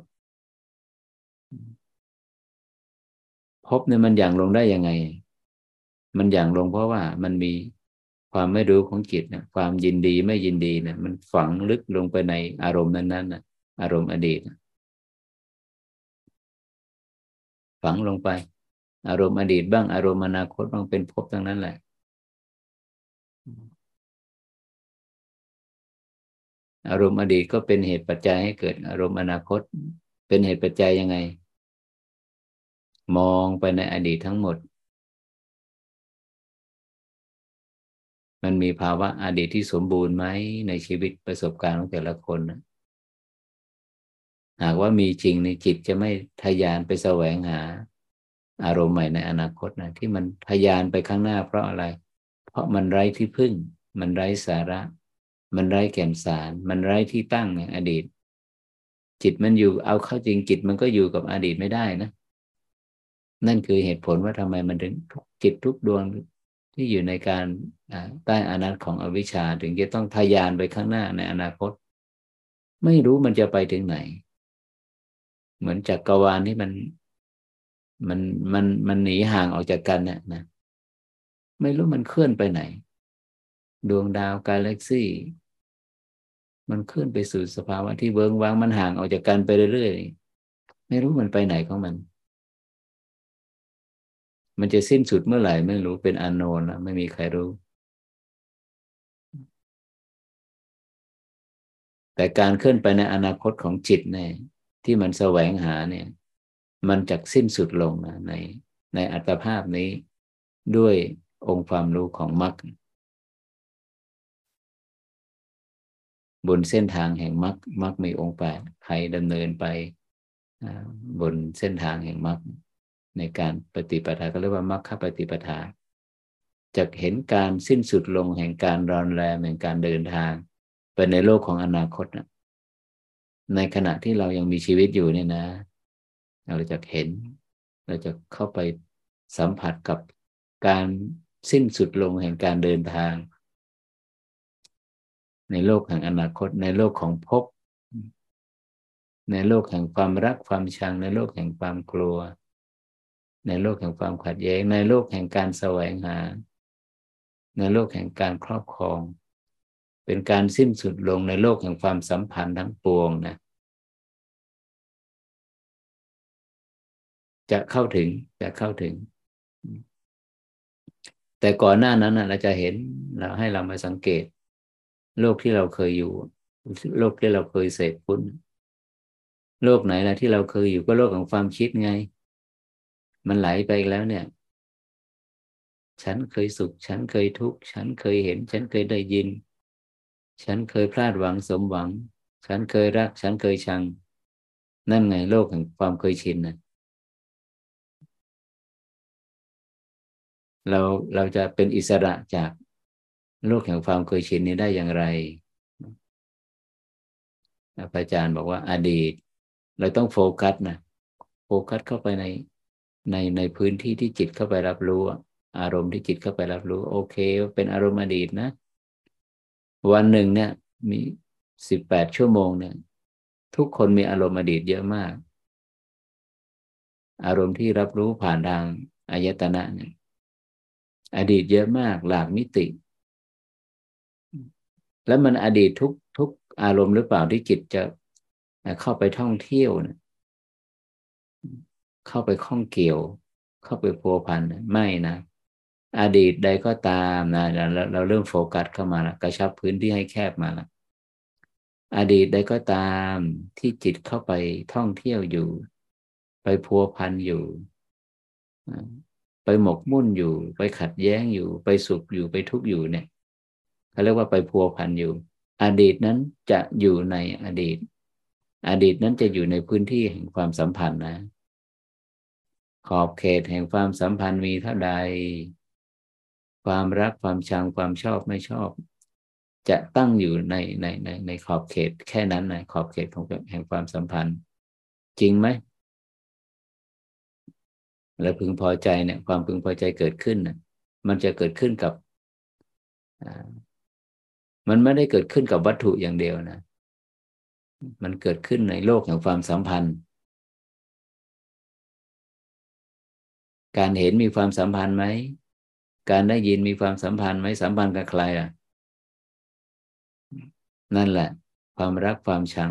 ภพเนี่ยมันหยั่งลงได้ยังไงมันหยั่งลงเพราะว่ามันมีความไม่รู้ของจิตนะความยินดีไม่ยินดีเนี่ยมันฝังลึกลงไปในอารมณ์นั้นๆนะอารมณ์อดีตฝังลงไปอารมณ์อดีตบ้างอารมณ์อนาคตบ้างเป็นภพทั้งนั้นแหละอารมณ์อดีตก็เป็นเหตุปัจจัยให้เกิดอารมณ์อนาคตเป็นเหตุปัจจัยยังไงมองไปในอดีตทั้งหมดมันมีภาวะอดีตที่สมบูรณ์ไหมในชีวิตประสบการณ์ของแต่ละคนนะหากว่ามีจริงในจิตจะไม่ทะยานไปแสวงหาอารมณ์ใหม่ในอนาคตนะที่มันทะยานไปข้างหน้าเพราะอะไรเพราะมันไร้ที่พึ่งมันไร้สาระมันไร้แก่นสารมันไร้ที่ตั้งในอดีตจิตมันอยู่เอาเข้าจริงจิตมันก็อยู่กับอดีตไม่ได้นะนั่นคือเหตุผลว่าทำไมมันถึงทุกจิตทุกดวงที่อยู่ในการใต้อานัตของอวิชชาถึงจะต้องทะยานไปข้างหน้าในอนาคตไม่รู้มันจะไปถึงไหนเหมือนจักรวาลที่มันมันมันมันหนีห่างออกจากกันเนี่ยนะไม่รู้มันเคลื่อนไปไหนดวงดาวกาแล็กซี่มันเคลื่อนไปสู่สภาวะที่เวิ้งว้างมันห่างออกจากกันไปเรื่อยๆไม่รู้มันไปไหนของมันมันจะสิ้นสุดเมื่อไหร่ไม่รู้เป็นอันโนนแล้วไม่มีใครรู้แต่การเคลื่อนไปในอนาคตของจิตเนี่ยที่มันแสวงหาเนี่ยมันจะสิ้นสุดลงนะในในอัตภาพนี้ด้วยองค์ความรู้ของมรรคบนเส้นทางแห่งมรรคมรรคมีองค์แปดใครดำเนินไปบนเส้นทางแห่งมรรคในการปฏิปทาก็เรียกว่ามรรคปฏิปทาจะเห็นการสิ้นสุดลงแห่งการรอนแรมแห่งการเดินทางไปในโลกของอนาคตนะในขณะที่เรายังมีชีวิตอยู่เนี่ยนะเราจะเห็นเราจะเข้าไปสัมผัสกับการสิ้นสุดลงแห่งการเดินทางในโลกแห่งอนาคตในโลกของภพในโลกแห่งความรักความชังในโลกแห่งความกลัวในโลกแห่งความขัดแย้งในโลกแห่งการแสวงหาในโลกแห่งการครอบครองเป็นการสิ้นสุดลงในโลกแห่งความสัมพันธ์ทั้งปวงนะจะเข้าถึงจะเข้าถึงแต่ก่อนหน้านั้นเราจะเห็นเราให้เรามาสังเกตโลกที่เราเคยอยู่โลกที่เราเคยเสพพุ้นโลกไหนนะที่เราเคยอยู่ก็โลกของความคิดไงมันไหลไปอีกแล้วเนี่ยฉันเคยสุขฉันเคยทุกข์ฉันเคยเห็นฉันเคยได้ยินฉันเคยพลาดหวังสมหวังฉันเคยรักฉันเคยชังนั่นไงโลกแห่งความเคยชินนะเราเราจะเป็นอิสระจากโลกแห่งความเคยชินนี้ได้อย่างไรพระอาจารย์บอกว่าอดีตเราต้องโฟกัสนะโฟกัสเข้าไปในในในพื้นที่ที่จิตเข้าไปรับรู้อารมณ์ที่จิตเข้าไปรับรู้โอเคเป็นอารมณ์อดีตนะวันหนึ่งเนี่ยมีสิบแปดชั่วโมงเนี่ยทุกคนมีอารมณ์อดีตเยอะมากอารมณ์ที่รับรู้ผ่านทางอายตนะเนี่ยอดีตเยอะมากหลากมิติแล้วมันอดีตทุกทุกอารมณ์หรือเปล่าที่จิตจะเข้าไปท่องเที่ยวนะเข้าไปข้องเกี่ยวเข้าไปพัวพันไม่นะอดีตใดก็ตามนะเราเราเริ่มโฟกัสเข้ามาแล้วกระชับพื้นที่ให้แคบมาแล้วอดีตใดก็ตามที่จิตเข้าไปท่องเที่ยวอยู่ไปพัวพันอยู่ไปหมกมุ่นอยู่ไปขัดแย้งอยู่ไปสุขอยู่ไปทุกข์อยู่เนี่ยเขาเรียกว่าไปพัวพันอยู่อดีตนั้นจะอยู่ในอดีตอดีตนั้นจะอยู่ในพื้นที่แห่งความสัมพันธ์นะขอบเขตแห่งความสัมพันธ์มีเท่าใดความรักความชังความชอบไม่ชอบจะตั้งอยู่ในในในในขอบเขตแค่นั้นนะขอบเขตของแห่งความสัมพันธ์จริงไหมแล้วพึงพอใจเนี่ยความพึงพอใจเกิดขึ้นนะมันจะเกิดขึ้นกับมันไม่ได้เกิดขึ้นกับวัตถุอย่างเดียวนะมันเกิดขึ้นในโลกแห่งความสัมพันธ์การเห็นมีความสัมพันธ์ไหมการได้ยินมีความสัมพันธ์ไหมสัมพันธ์กับใครอ่ะนั่นแหละความรักความชัง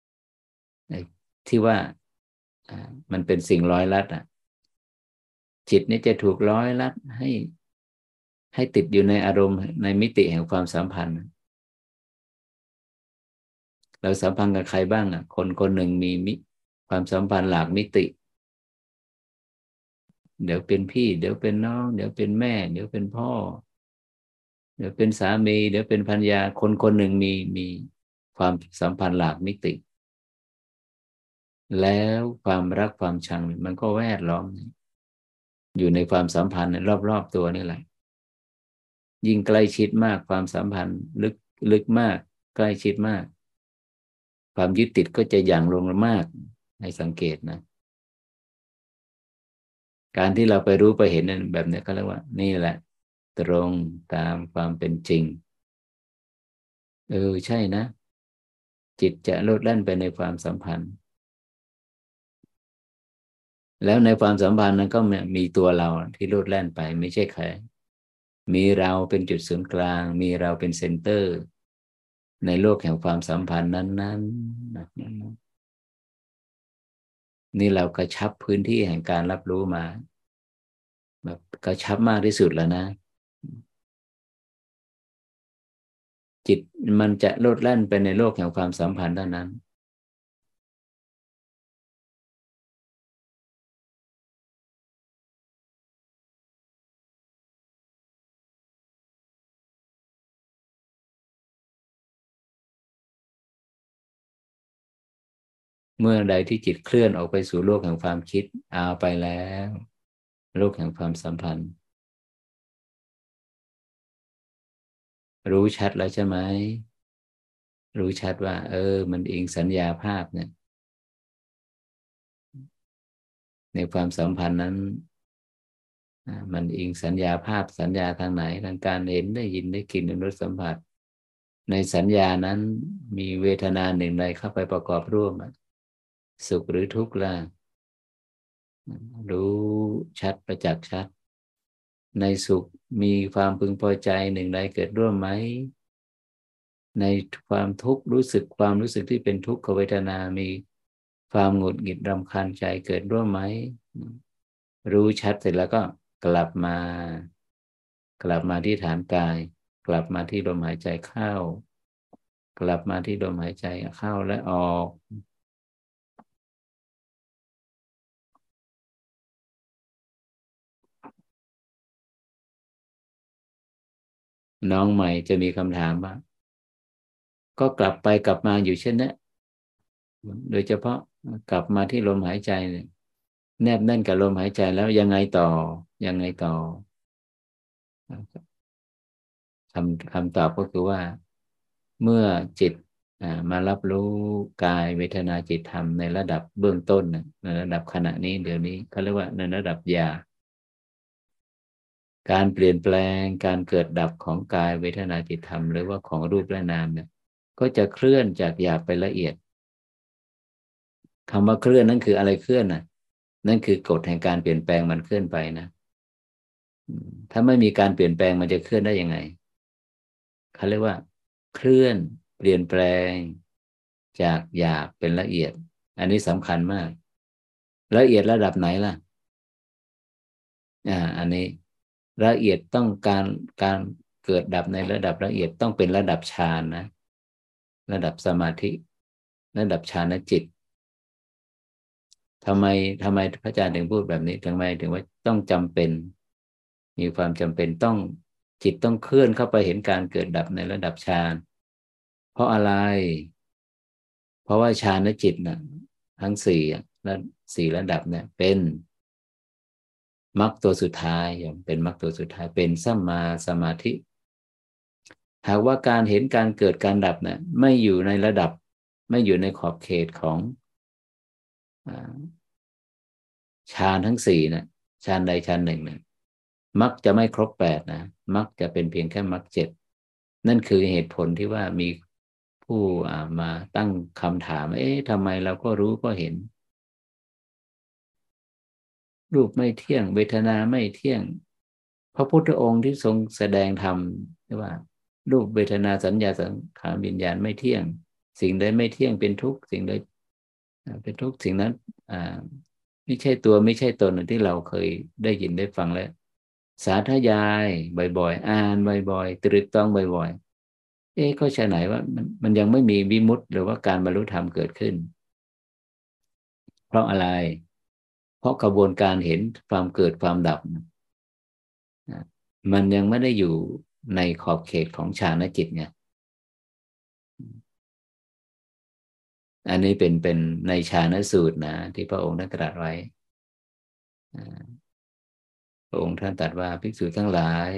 ที่ว่ามันเป็นสิ่งร้อยลัดอ่ะจิตนี้จะถูกร้อยลัดให้ให้ติดอยู่ในอารมณ์ในมิติแห่งความสัมพันธ์เราสัมพันธ์กับใครบ้างอ่ะคนคนหนึ่งมีมิความสัมพันธ์หลากมิติเดี๋ยวเป็นพี่เดี๋ยวเป็นน้องเดี๋ยวเป็นแม่เดี๋ยวเป็นพ่อเดี๋ยวเป็นสามีเดี๋ยวเป็นภรรยาคนคนหนึ่งมีมีความสัมพันธ์หลากมิติแล้วความรักความชังมันก็แวดล้อมอยู่ในความสัมพันธ์รอบๆตัวนี่แหละยิ่งใกล้ชิดมากความสัมพันธ์ลึกลึกมากใกล้ชิดมากความยึดติดก็จะหยั่งลงมากให้สังเกตนะการที่เราไปรู้ไปเห็นแบบนี้ก็เรียกว่านี่แหละตรงตามความเป็นจริงเออใช่นะจิตจะโลดแล่นไปในความสัมพันธ์แล้วในความสัมพันธ์นั้นก็มีตัวเราที่โลดแล่นไปไม่ใช่ใครมีเราเป็นจุดศูนย์กลางมีเราเป็นเซนเตอร์ในโลกแห่งความสัมพันธ์นั้นๆนี่เรากระชับพื้นที่แห่งการรับรู้มาแบบกระชับมากที่สุดแล้วนะจิตมันจะโลดแล่นไปในโลกแห่งความสัมพันธ์เท่านั้นเมื่อใดที่จิตเคลื่อนออกไปสู่โลกแห่งความคิดเอาไปแล้วโลกแห่งความสัมพันธ์รู้ชัดแล้วใช่ไหมรู้ชัดว่าเออมันอิงสัญญาภาพเนี่ยในความสัมพันธ์นั้นมันอิงสัญญาภาพสัญญาทางไหนทางการเห็นได้ยินได้กลิ่นได้รสสัมผัสในสัญญานั้นมีเวทนาหนึ่งใดเข้าไปประกอบร่วมสุขหรือทุกข์ล่ะรู้ชัดประจักษ์ชัดในสุขมีความพึงพอใจหนึ่งใดเกิดร่วมไหมในความทุกข์รู้สึกความรู้สึกที่เป็นทุกขเวทนามีความหงุดหงิดรำคาญใจเกิดร่วมไหมรู้ชัดเสร็จแล้วก็กลับมากลับมาที่ฐานกายกลับมาที่ลมหายใจเข้ากลับมาที่ลมหายใจเข้าและออกน้องใหม่จะมีคำถามว่าก็กลับไปกลับมาอยู่เช่นนี้โดยเฉพาะกลับมาที่ลมหายใจเนี่ยแนบแน่นกับลมหายใจแล้วยังไงต่อยังไงต่อคำคำตอบก็คือว่าเมื่อจิตมารับรู้กายเวทนาจิตธรรมในระดับเบื้องต้นในระดับขณะนี้เดี๋ยวนี้เขาเรียกว่าในระดับหยาบการเปลี่ยนแปลงการเกิดดับของกายเวทนาจิตธรรมหรือว่าของรูปและนามเนี่ยก็จะเคลื่อนจากหยาบไปละเอียดคำว่าเคลื่อนนั่นคืออะไรเคลื่อนน่ะนั่นคือกฎแห่งการเปลี่ยนแปลงมันเคลื่อนไปนะถ้าไม่มีการเปลี่ยนแปลงมันจะเคลื่อนได้ยังไงเขาเรียกว่าเคลื่อนเปลี่ยนแปลงจากหยาบเป็นละเอียดอันนี้สำคัญมากละเอียดระดับไหนล่ะอ่าอันนี้ละเอียดต้องการการเกิดดับในระดับละเอียดต้องเป็นระดับฌานนะระดับสมาธิระดับฌานจิตทำไมทำไมพระอาจารย์ถึงพูดแบบนี้ทำไมถึงว่าต้องจำเป็นมีความจำเป็นต้องจิตต้องเคลื่อนเข้าไปเห็นการเกิดดับในระดับฌานเพราะอะไรเพราะว่าฌานจิตนะทั้งสี่และสี่ระดับเนี่ยเป็นมรรคตัวสุดท้ายอย่างเป็นมรรคตัวสุดท้ายเป็นสัมมาสมาธิหากว่าการเห็นการเกิดการดับเนี่ยไม่อยู่ในระดับไม่อยู่ในขอบเขตของฌานทั้งสี่นะฌานใดฌานหนึ่งนะมักจะไม่ครบแปดนะมักจะเป็นเพียงแค่มักเจ็ดนั่นคือเหตุผลที่ว่ามีผู้มาตั้งคำถามเอ๊ะทำไมเราก็รู้ก็เห็นรูปไม่เที่ยงเวทนาไม่เที่ยงพระพุทธองค์ที่ทรงแสดงธรรมว่ารูปเวทนาสัญญาสังขารวิญญาณไม่เที่ยงสิ่งใดไม่เที่ยงเป็นทุกข์สิ่งใดเป็นทุกข์สิ่งนั้นไม่ใช่ตัวไม่ใช่ตนที่เราเคยได้ยินได้ฟังแล้วสาธยายบ่อยๆอ่านบ่อยๆตรึกต้องบ่อยๆเอ๊ะก็ใช่ไหนว่ามันมันยังไม่มีวิมุตติหรือว่าการบรรลุธรรมเกิดขึ้นเพราะอะไรเพราะกระบวนการเห็นความเกิดความดับมันยังไม่ได้อยู่ในขอบเขตของฌานจิตไงอันนี้เป็นเป็นในฌานสูตรนะที่พระองค์ได้ตรัสไว้พระองค์ท่านตรัสว่าภิกษุทั้งหลาย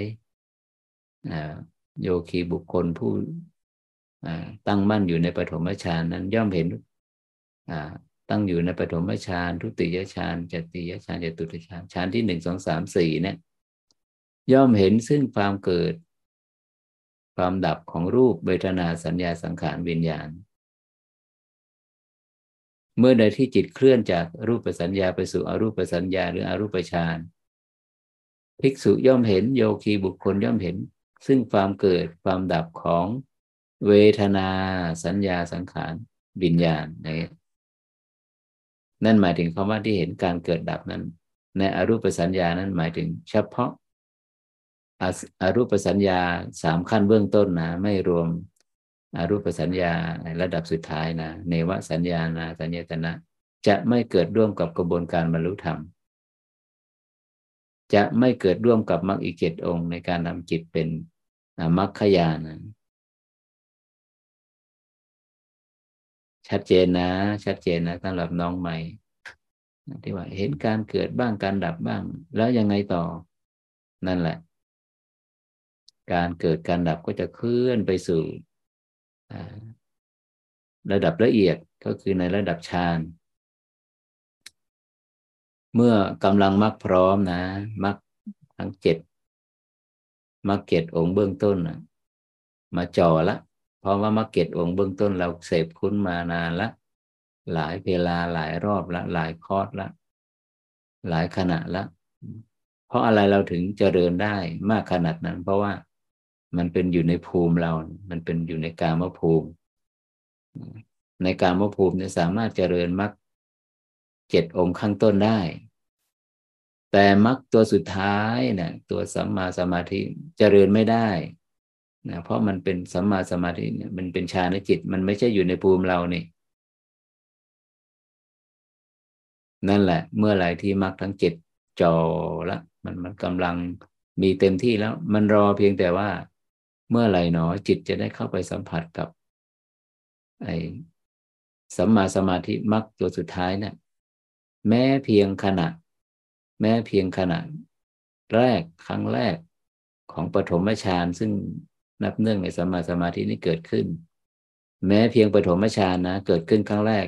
โยคีบุคคลผู้ตั้งมั่นอยู่ในปฐมฌานนั้นย่อมเห็นตั้งอยู่ในปฐมฌานทุติยฌานจติยฌานจตุตฌานฌานที่หนึ่งสองสามสี่เนี่ยย่อมเห็นซึ่งความเกิดความดับของรูปเวทนาสัญญาสังขารวิญญาณเมื่อใดที่จิตเคลื่อนจากรูปสัญญาไปสู่อรูปสัญญาหรืออรูปฌานภิกษุย่อมเห็นโยคีบุคคลย่อมเห็นซึ่งความเกิดความดับของเวทนาสัญญาสังขารวิญญาณนั่นหมายถึงคำว่าที่เห็นการเกิดดับนั้นในอรูปสัญญานั้นหมายถึงเฉพาะอรูปสัญญาสามขั้นเบื้องต้นนะไม่รวมอรูปสัญญาในระดับสุดท้ายนะเนวสัญญานาสัญญตนะจะไม่เกิดร่วมกับกระบวนการบรรลุธรรมจะไม่เกิดร่วมกับมรรคอีกเจ็ดองค์ในการทำจิตเป็นมรรคญาณนะชัดเจนนะชัดเจนนะสำหรับน้องใหม่ที่ว่าเห็นการเกิดบ้างการดับบ้างแล้วยังไงต่อนั่นแหละการเกิดการดับก็จะเคลื่อนไปสู่ระดับละเอียดก็คือในระดับฌานเมื่อกำลังมรรคพร้อมนะมรรคทั้งเจ็ดมรรคเจ็ดองค์เบื้องต้นนะมาจ่อละเพราะว่ามรรคเจ็ดองค์เบื้องต้นเราเสพคุ้นมานานละหลายเวลาหลายรอบละหลายคอร์สละหลายขณะละเพราะอะไรเราถึงเจริญได้มากขนาดนั้นเพราะว่ามันเป็นอยู่ในภูมิเรา มันเป็นอยู่ในกามภูมิในกามภูมิเนี่ยสามารถเจริญมรรคเจ็ดองค์ข้างต้นได้แต่มรรคตัวสุดท้ายเนี่ยตัวสัมมาสมาธิเจริญไม่ได้นะเพราะมันเป็นสัมมาสมาธิเนี่ยมันเป็นฌานจิตมันไม่ใช่อยู่ในภูมิเรานี่นั่นแหละเมื่อไหร่ที่มรรคทั้งเจ็ดจ่อละมันมันกำลังมีเต็มที่แล้วมันรอเพียงแต่ว่าเมื่อไหร่หนอจิตจะได้เข้าไปสัมผัสกับไอ้สัมมาสมาธิมรรคตัวสุดท้ายเนี่ยแม้เพียงขณะแม้เพียงขณะแรกครั้งแรกของปฐมฌานซึ่งนับเนื่องในสัมมาสมาธินี้เกิดขึ้นแม้เพียงปฐมฌานนะเกิดขึ้นครั้งแรก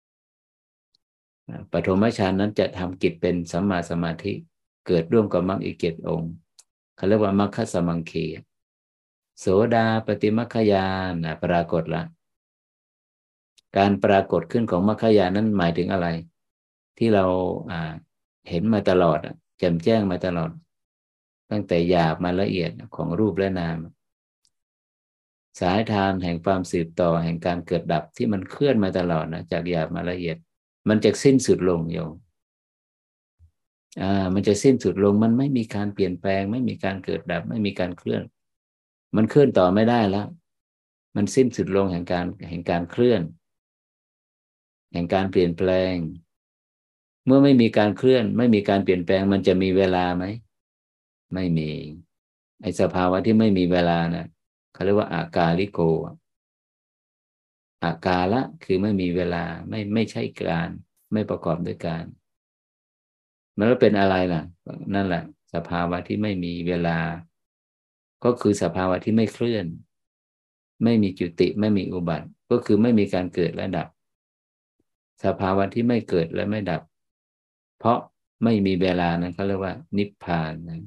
ปฐมฌานนั้นจะทำกิจเป็นสัมมาสมาธิเกิดร่วมกับมรรคอีกเจ็ดองค์เขาเรียกว่ามรรคสมังคีโสดาปฏิมรรคญาณปรากฏละการปรากฏขึ้นของมรรคญาณนั้นหมายถึงอะไรที่เราเห็นมาตลอดแจ่มแจ้งมาตลอดตั้งแต่หยาบมาละเอียดของรูปและนามสายทานแห่งความสืบต่อแห่งการเกิดดับที่มันเคลื่อนมาตลอดนะจากหยาบมาละเอียดมันจะสิ้นสุดลงโยมอ่ามันจะสิ้นสุดลงมันไม่มีการเปลี่ยนแปลงไม่มีการเกิดดับไม่มีการเคลื่อนมันเคลื่อนต่อไม่ได้แล้วมันสิ้นสุดลงแห่งการแห่งการเคลื่อนแห่งการเปลี่ยนแปลงเมื่อไม่มีการเคลื่อนไม่มีการเปลี่ยนแปลงมันจะมีเวลาไหมไม่มีไอ้สภาวะที่ไม่มีเวลานะเขาเรียกว่าอากาลิโกอากาละคือไม่มีเวลาไม่ไม่ใช่การไม่ประกอบด้วยการมันก็เป็นอะไรล่ะนั่นแหละสภาวะที่ไม่มีเวลาก็คือสภาวะที่ไม่เคลื่อนไม่มีจุติไม่มีอุบัติก็คือไม่มีการเกิดและดับสภาวะที่ไม่เกิดและไม่ดับเพราะไม่มีเวลานั้นเขาเรียกว่านิพพานนะ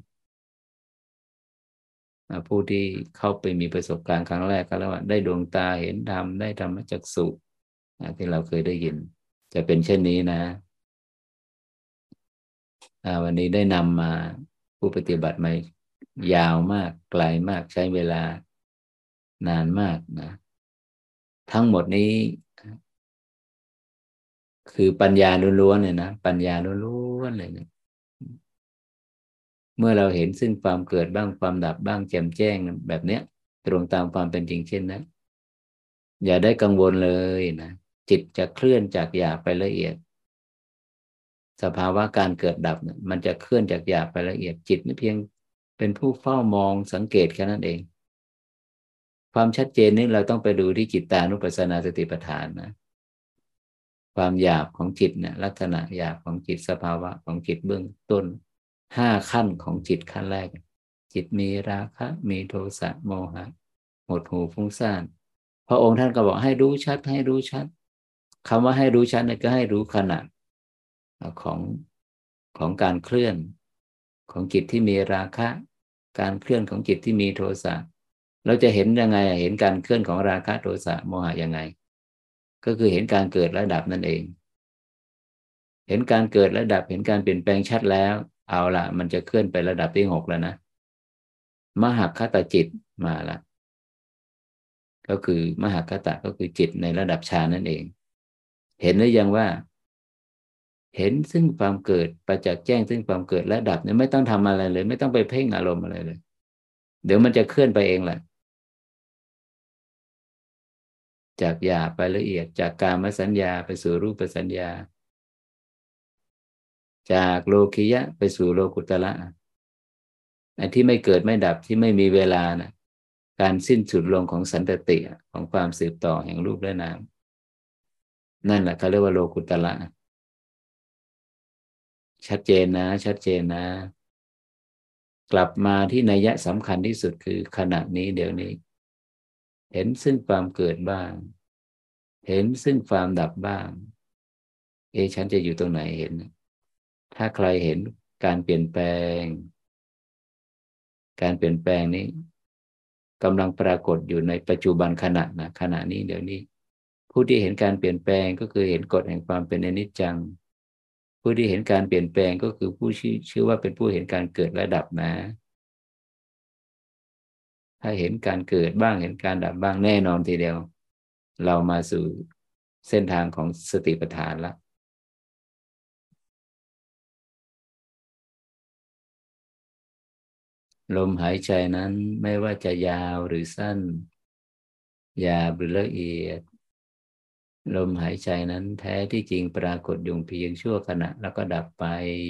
ผู้ที่เข้าไปมีประสบการณ์ครั้งแรกก็เรียกว่าได้ดวงตาเห็นธรรมได้ธรรมจักษุที่เราเคยได้ยินจะเป็นเช่นนี้นะวันนี้ได้นำมาผู้ปฏิบัติมายาวมากไกลมากใช้เวลานานมากนะทั้งหมดนี้คือปัญญาล้วนๆเลยนะปัญญาล้วนๆเลยนะเมื่อเราเห็นซึ่งความเกิดบ้างความดับบ้างแจ่มแจ้งแบบเนี้ยตรงตามความเป็นจริงเช่นนั้นอย่าได้กังวลเลยนะจิตจะเคลื่อนจากหยาบไปละเอียดสภาวะการเกิดดับเนี่ยมันจะเคลื่อนจากหยาบไปละเอียดจิตนี่เพียงเป็นผู้เฝ้ามองสังเกตแค่นั้นเองความชัดเจนนี้เราต้องไปดูที่จิตตานุปัสสนาสติปัฏฐานนะความหยาบของจิตเนี่ยลักษณะหยาบของจิตสภาวะของจิตเบื้องต้นห้าขั้นของจิตขั้นแรกจิตมีราคะมีโทสะโมหะหดหู่ฟุ้งซ่านพระองค์ท่านก็บอกให้รู้ชัดให้รู้ชัดคำว่าให้รู้ชัดเนี่ยก็ให้รู้ขณะของของการเคลื่อนของจิตที่มีราคะการเคลื่อนของจิตที่มีโทสะเราจะเห็นยังไงเห็นการเคลื่อนของราคะโทสะโมหะยังไงก็คือเห็นการเกิดและดับนั่นเองเห็นการเกิดและดับเห็นการเปลี่ยนแปลงชัดแล้วเอาละมันจะเคลื่อนไประดับที่หกแล้วนะมหคตจิตมาละก็คือมหคตก็คือจิตในระดับฌานนั่นเองเห็นหรือยังว่าเห็นซึ่งความเกิดประจักษ์แจ้งซึ่งความเกิดและดับเนี่ยไม่ต้องทำอะไรเลยไม่ต้องไปเพ่งอารมณ์อะไรเลยเดี๋ยวมันจะเคลื่อนไปเองแหละจากหยาบไปละเอียดจากกามสัญญาไปสู่รูปสัญญาจากโลคิยะไปสู่โลกุตระไอ้ที่ไม่เกิดไม่ดับที่ไม่มีเวลานะการสิ้นสุดลงของสันตติของความสืบต่อแห่งรูปและนามนั่นแหละเขาเรียกว่าโลกุตระชัดเจนนะชัดเจนนะกลับมาที่นัยยะสำคัญที่สุดคือขณะนี้เดี๋ยวนี้เห็นซึ่งความเกิดบ้างเห็นซึ่งความดับบ้างเอะฉันจะอยู่ตรงไหนเห็นถ้าใครเห็นการเปลี่ยนแปลงการเปลี่ยนแปลงนี้กำลังปรากฏอยู่ในปัจจุบันขณะนะขณะนี้เดี๋ยวนี้ผู้ที่เห็นการเปลี่ยนแปลงก็คือเห็นกฎแห่งความเป็นอนิจจังผู้ที่เห็นการเปลี่ยนแปลงก็คือผู้ชื่อชื่อว่าเป็นผู้เห็นการเกิดและดับนะถ้าเห็นการเกิดบ้างเห็นการดับบ้างแน่นอนทีเดียวเรามาสู่เส้นทางของสติปัฏฐานละลมหายใจนั้นไม่ว่าจะยาวหรือสั้นหยาบหรือละเอียดลมหายใจนั้นแท้ที่จริงปรากฏอยู่เพียงชั่วขณะแล้วก็ดับไป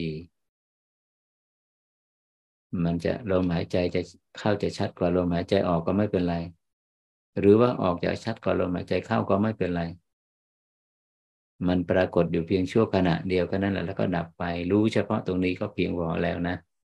มันจะลมหายใจจะเข้าจะชัดกว่าลมหายใจออกก็ไม่เป็นไรหรือว่าออกจะชัดกว่าลมหายใจเข้าก็ไม่เป็นไรมันปรากฏอยู่เพียงชั่วขณะเดียวก็นั่นแหละแล้วก็ดับไปรู้เฉพาะตรงนี้ก็เพียงพอแล้วนะ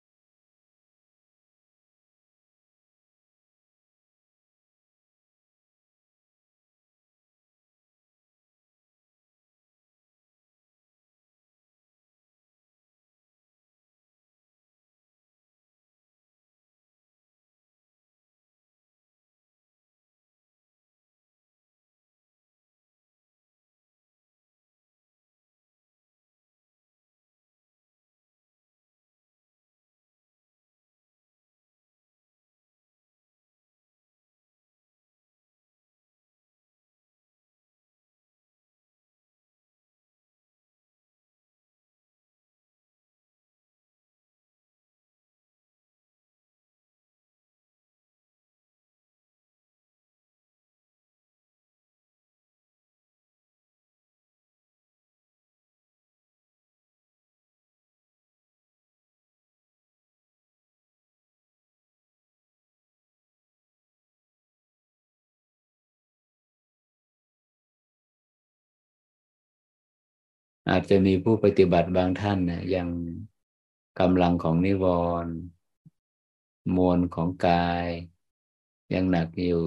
อาจจะมีผู้ปฏิบัติบางท่านนะยังกำลังของนิวรณ์มวลของกายยังหนักอยู่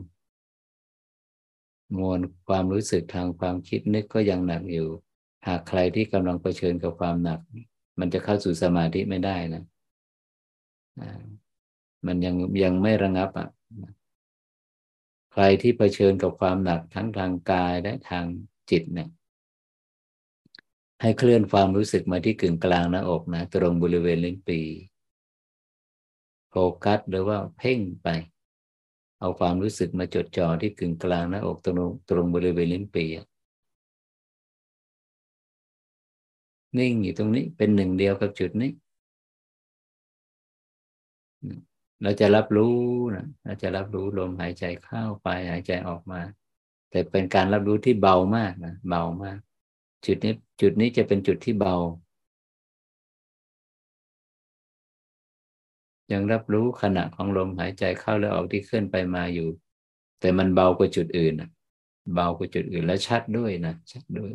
มวลความรู้สึกทางความคิดนึกก็ยังหนักอยู่หากใครที่กำลังเผชิญกับความหนักมันจะเข้าสู่สมาธิไม่ได้นะอ่ามันยังยังไม่ระงับอ่ะใครที่เผชิญกับความหนักทั้งทางกายและทางจิตเนี่ยให้เคลื่อนความรู้สึกมาที่กึ่งกลางหน้าอกนะตรงบริเวณลิ้นปี่โฟกัสหรือว่าเพ่งไปเอาความรู้สึกมาจดจ่อที่กึ่งกลางหน้าอกตรงตรงบริเวณลิ้นปี่นิ่งอยู่ตรงนี้เป็นหนึ่งเดียวกับจุดนี้เราจะรับรู้นะเราจะรับรู้ลมหายใจเข้าไปหายใจออกมาแต่เป็นการรับรู้ที่เบามากนะเบามากจุดนี้จุดนี้จะเป็นจุดที่เบายังรับรู้ขณะของลมหายใจเข้าและออกที่เคลื่อนไปมาอยู่แต่มันเบากว่าจุดอื่นนะเบากว่าจุดอื่นและชัดด้วยนะชัดด้วย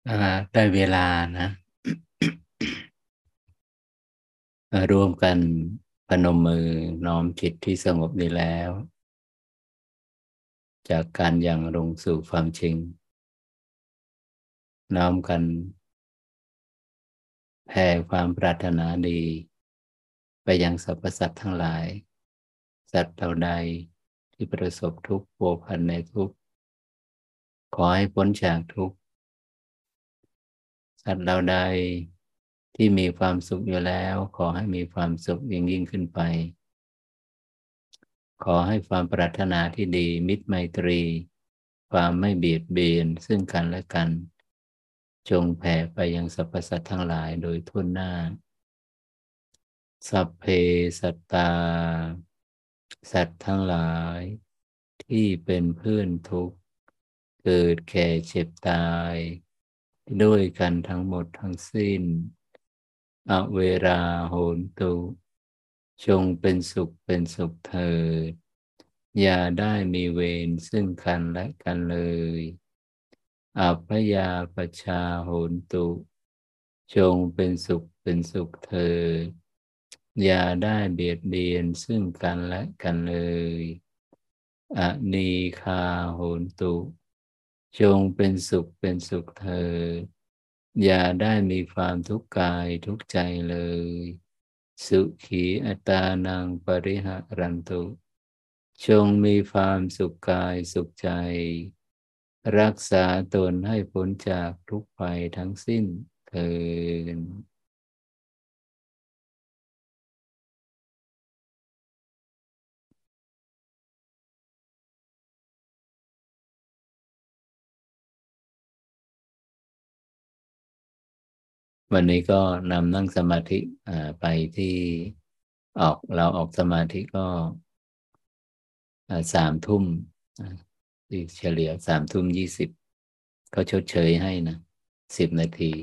อ่าได้เวลานะร่วมกันพนมมือน้อมจิตที่สงบนี้แล้ว จากการยังลงสู่ความจริงน้อมกันแผ่ความปรารถนาดีไปยังสรรพสัตว์ทั้งหลายสัตว์เหล่าใดที่ประสบทุกข์พัวพันในทุกข์ขอให้พ้นจากทุกข์สัตว์เหล่าใดที่มีความสุขอยู่แล้วขอให้มีความสุขยิ่งยิ่งขึ้นไปขอให้ความปรารถนาที่ดีมิตรไมตรีความไม่เบียดเบียนซึ่งกันและกันจงแผ่ไปยังสรรพสัตว์ทั้งหลายโดยทั่วหน้าสัพเพสัตตาสัตว์ทั้งหลายที่เป็นเพื่อนทุกข์เกิดแก่เจ็บตายด้วยกันทั้งหมดทั้งสิ้นอเวราโหนตุจงเป็นสุขเป็นสุขเถิดอย่าได้มีเวรซึ่งกันและกันเลยอัพยาปชาโหนตุจงเป็นสุขเป็นสุขเถิดอย่าได้เบียดเบียนซึ่งกันและกันเลยอนีคาโหนตุจงเป็นสุขเป็นสุขเถิดอย่าได้มีความทุกข์กายทุกข์ใจเลยสุขีอัตานังปริหารันตุจงมีความสุขกายสุขใจรักษาตนให้พ้นจากทุกภัยทั้งสิ้นเถิดวันนี้ก็นำนั่งสมาธิไปที่ออกเราออกสมาธิก็สามทุ่มที่เฉลี่ยสามทุ่มยี่สิบก็ชดเชยให้นะสิบนาที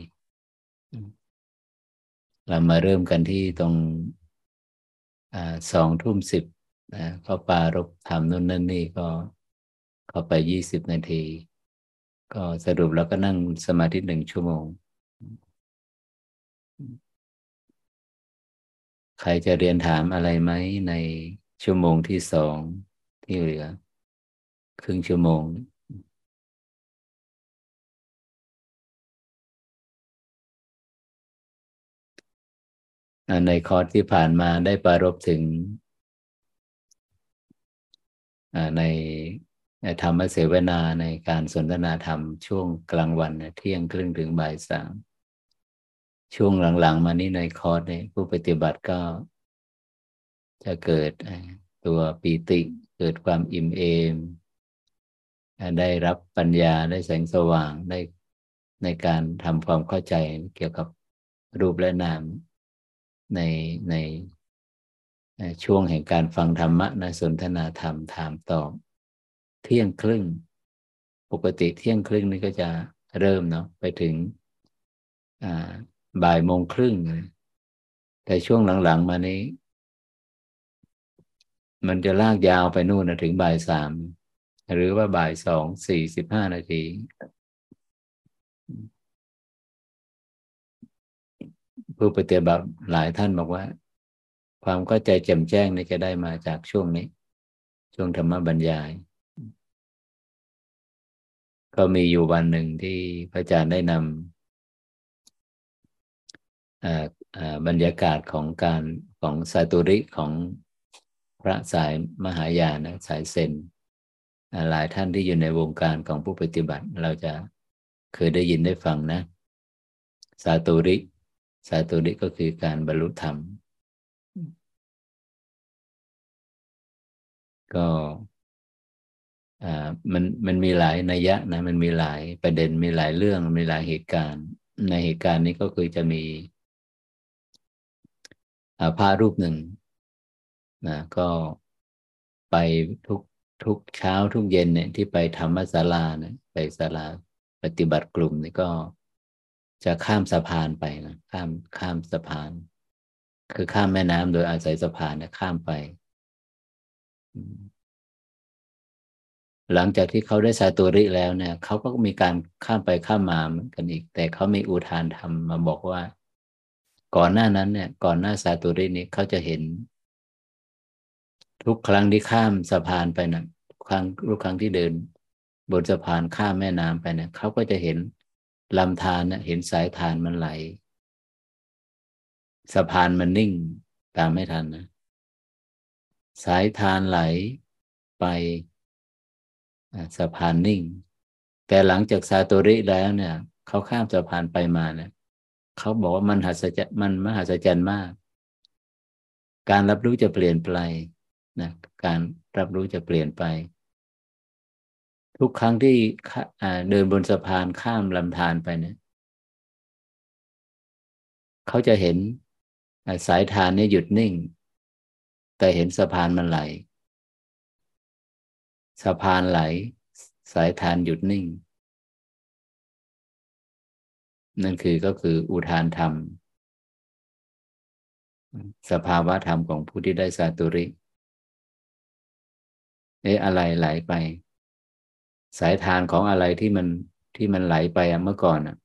เรามาเริ่มกันที่ตรงสองทุ่มสิบนะก็ปารบทำนู่นนั่นนี่ก็เข้าไปยี่สิบนาทีก็สรุปแล้วก็นั่งสมาธิหนึ่งชั่วโมงใครจะเรียนถามอะไรไหมในชั่วโมงที่สองที่เหลือครึ่งชั่วโมงในคอร์สที่ผ่านมาได้ปรารภถึงในธรรมเสวนาในการสนทนาธรรมช่วงกลางวันเที่ยงครึ่งถึงบ่ายสามช่วงหลังๆมานี้ในคอร์สเนี่ยผู้ปฏิบัติก็จะเกิดตัวปีติเกิดความอิ่มเอมได้รับปัญญาได้แสงสว่างได้ในการทำความเข้าใจเกี่ยวกับรูปและนามในในช่วงแห่งการฟังธรรมะนะสนทนาธรรมถามตอบเที่ยงครึ่งปกติเที่ยงครึ่งนี่ก็จะเริ่มเนาะไปถึงบ่ายโมงครึ่งแต่ช่วงหลังๆมานี้มันจะลากยาวไปนู่นนะถึงบ่ายสามหรือว่าบ่ายสองสี่สิบห้านาทีผู้ปฏิบัติหลายท่านบอกว่าความเข้าใจแจ่มแจ้งนี่จะได้มาจากช่วงนี้ช่วงธรรมบรรยายก็มีอยู่วันหนึ่งที่พระอาจารย์ได้นำบรรยากาศของการของสาตุริของพระสายมหายานนะสายเซนหลายท่านที่อยู่ในวงการของผู้ปฏิบัติเราจะเคยได้ยินได้ฟังนะสาตุริสาตุริก็คือการบรรลุธรรมก็อ่ามันมันมีหลายนัยยะนะมันมีหลายประเด็นมีหลายเรื่องมีหลายเหตุการณ์ในเหตุการณ์นี้ก็คือจะมีพระรูปหนึ่งนะก็ไปทุกทุกเช้าทุกเย็นเนี่ยที่ไปธรรมศาลาเนี่ยไปศาลาปฏิบัติกลุ่มนี่ก็จะข้ามสะพานไปนะข้ามข้ามสะพานคือข้ามแม่น้ำโดยอาศัยสะพานเนี่ยข้ามไปหลังจากที่เขาได้ซาตุริแล้วเนี่ยเขาก็มีการข้ามไปข้ามมาเหมือนกันอีกแต่เขามีอุทานธรรมมาบอกว่าก่อนหน้านั้นเนี่ยก่อนหน้าซาตุรินี้เขาจะเห็นทุกครั้งที่ข้ามสะพานไปนะทุกครั้งทุกครั้งที่เดินบนสะพานข้ามแม่น้ำไปเนี่ยเขาก็จะเห็นลำธารเนี่ยเห็นสายธารมันไหลสะพานมันนิ่งตามไม่ทันนะสายธารไหลไปสะพานนิ่งแต่หลังจากซาโตริแล้วเนี่ยเขาข้ามสะพานไปมาเนี่ยเขาบอกว่ามันหัศจรรย์มันมหัศจรรย์มากการรับรู้จะเปลี่ยนไปนะการรับรู้จะเปลี่ยนไปทุกครั้งที่เดินบนสะพานข้ามลำธารไปเนี่ยเขาจะเห็นสายธารเนี่ยหยุดนิ่งแต่เห็นสะพานมันไหลสะพานไหลสายธารหยุดนิ่งนั่นคือก็คืออุทานธรรมสภาวะธรรมของผู้ที่ได้สาตุริเอ๊ะอะไรไหลไปสายทานของอะไรที่มันที่มันไหลไปอะเมื่อก่อนอะ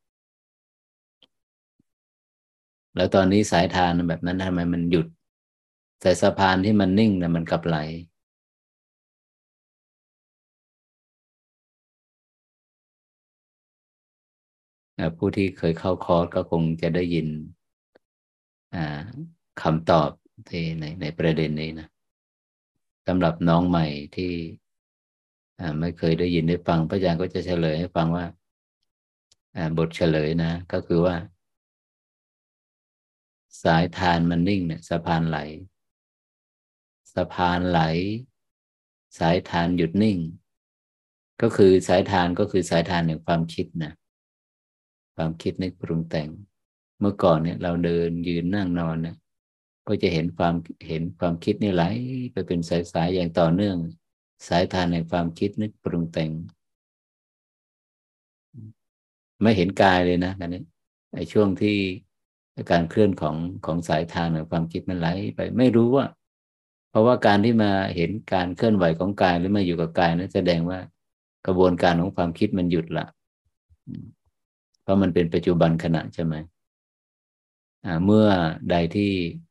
แล้วตอนนี้สายทานแบบนั้นทำไมมันหยุดแต่สะพานที่มันนิ่งนะมันกลับไหลผู้ที่เคยเข้าคอร์สก็คงจะได้ยินคำตอบที่ในในประเด็นนี้นะสำหรับน้องใหม่ที่ไม่เคยได้ยินได้ฟังพระอาจารย์ก็จะเฉลยให้ฟังว่าบทเฉลยนะก็คือว่าสายทานมันนิ่งเนี่ยสะพานไหลสะพานไหลสายทานหยุดนิ่งก็คือสายทานก็คือสายทานแห่งความคิดนะความคิดนึกปรุงแต่งเมื่อก่อนเนี่ยเราเดินยืนนั่งนอนเนี่ยก็จะเห็นความเห็นความคิดนี่ไหลไปเป็นสายๆอย่างต่อเนื่องสายทานแห่งความคิดนึกปรุงแต่งไม่เห็นกายเลยนะกันนี้ไอ้ช่วงที่การเคลื่อนของของสายทานแห่งความคิดมันไหลไปไม่รู้ว่าเพราะว่าการที่มาเห็นการเคลื่อนไหวของกายหรือมาอยู่กับกายนั้นแสดงว่ากระบวนการของความคิดมันหยุดละเพราะมันเป็นปัจจุบันขณะใช่ไหมเมื่อใดที่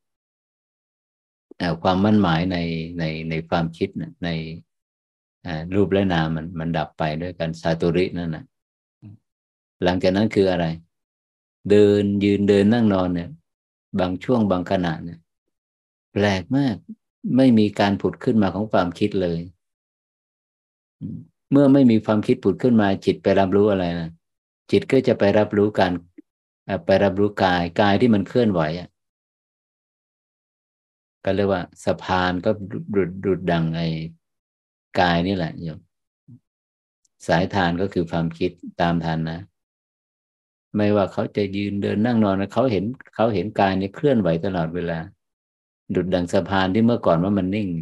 ความมั่นหมายในในในความคิดในรูปและนามมันมันดับไปด้วยกันซาตุรินั่นนะหลังจากนั้นคืออะไรเดินยืนเดินนั่งนอนเนี่ยบางช่วงบางขณะเนี่ยแปลกมากไม่มีการผุดขึ้นมาของความคิดเลยเมื่อไม่มีความคิดผุดขึ้นมาจิตไปรับรู้อะไรนะจิตก็จะไปรับรู้การไปรับรู้กายกายที่มันเคลื่อนไหวอ่ะก็เรียกว่าสะพานก็ดุดดุดดังไอ้กายนี่แหละโยมสายทานก็คือความคิดตามทันนะไม่ว่าเขาจะยืนเดินนั่งนอนเขาเห็นเขาเห็นกายเนี่ยเคลื่อนไหวตลอดเวลาดุดดังสะพานที่เมื่อก่อนว่ามันนิ่ง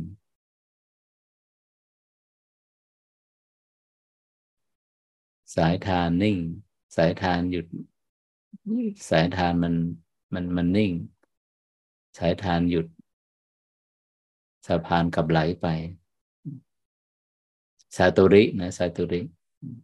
สายทานนิ่งสายทานหยุดสายทานมันมันมันนิ่งสายทานหยุดสะพานกับไหลไปซาตุรินะซาตุริ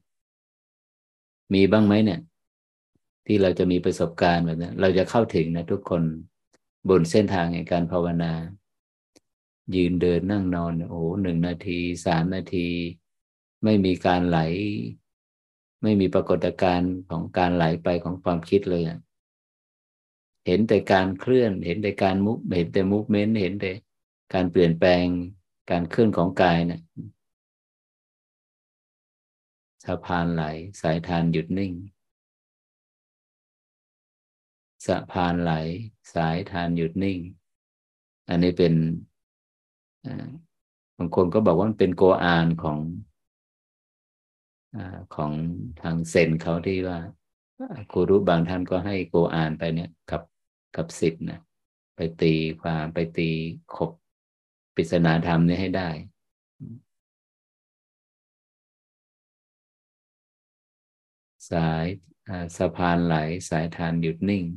มีบ้างไหมเนี่ยที่เราจะมีประสบการณ์แบบนี้เราจะเข้าถึงนะทุกคนบนเส้นทางในการภาวนายืนเดินนั่งนอนโอ้โหหนึ่งนาทีสามนาทีไม่มีการไหลไม่มีปรากฏการณ์ของการไหลไปของความคิดเลยอ่ะเห็นแต่การเคลื่อนเห็นแต่การมุฟเห็นแต่มูฟเมนต์เห็นแต่การเปลี่ยนแปลงการเคลื่อนของกายเนี่ยสะพานไหลสายทานหยุดนิ่งสะพานไหลสายทานหยุดนิ่งอันนี้เป็นบางคนก็บอกว่ามันเป็นโกอานของของทางเซนเขาที่ว่าครูรู้บางท่านก็ให้โกอานไปเนี่ยกับกับสิทธิ์นะไปตีความไปตีขบปริศนาธรรมนี้ให้ได้สายสะพานไหลสายทานหยุดนิ่ง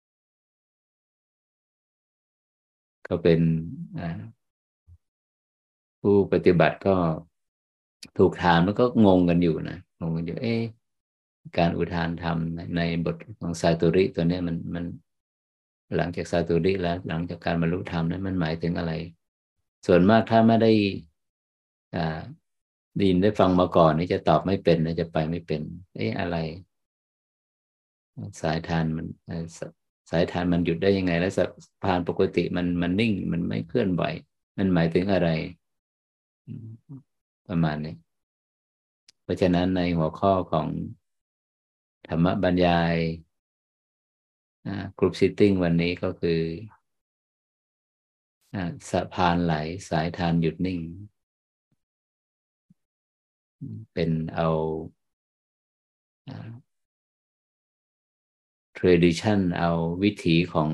ก็เป็นผู้ปฏิบัติก็ถูกถามแล้วก็งงกันอยู่นะงงกันอยู่เอ๊ะการอุทานธรรมในบทของสาตุริตัวนี้มันมันหลังจากสาตุริแล้วหลังจากการบรรลุธรรมนั้นมันหมายถึงอะไรส่วนมากถ้าไม่ได้อ่าไดยินได้ฟังมาก่อนนี่จะตอบไม่เป็นนะจะไปไม่เป็นเอ๊ะอะไรสายทานมันสายทานมันหยุดได้ยังไงแล้วสายทานปกติมันมันนิ่งมันไม่เคลื่อนไหวมันหมายถึงอะไรประมาณนี้เพราะฉะนั้นในหัวข้อของธรรมบรรยายกรุ๊ปซิตติ้งวันนี้ก็คือสะพานไหลสายทานหยุดนิ่งเป็นเอา tradition เอาวิถีของ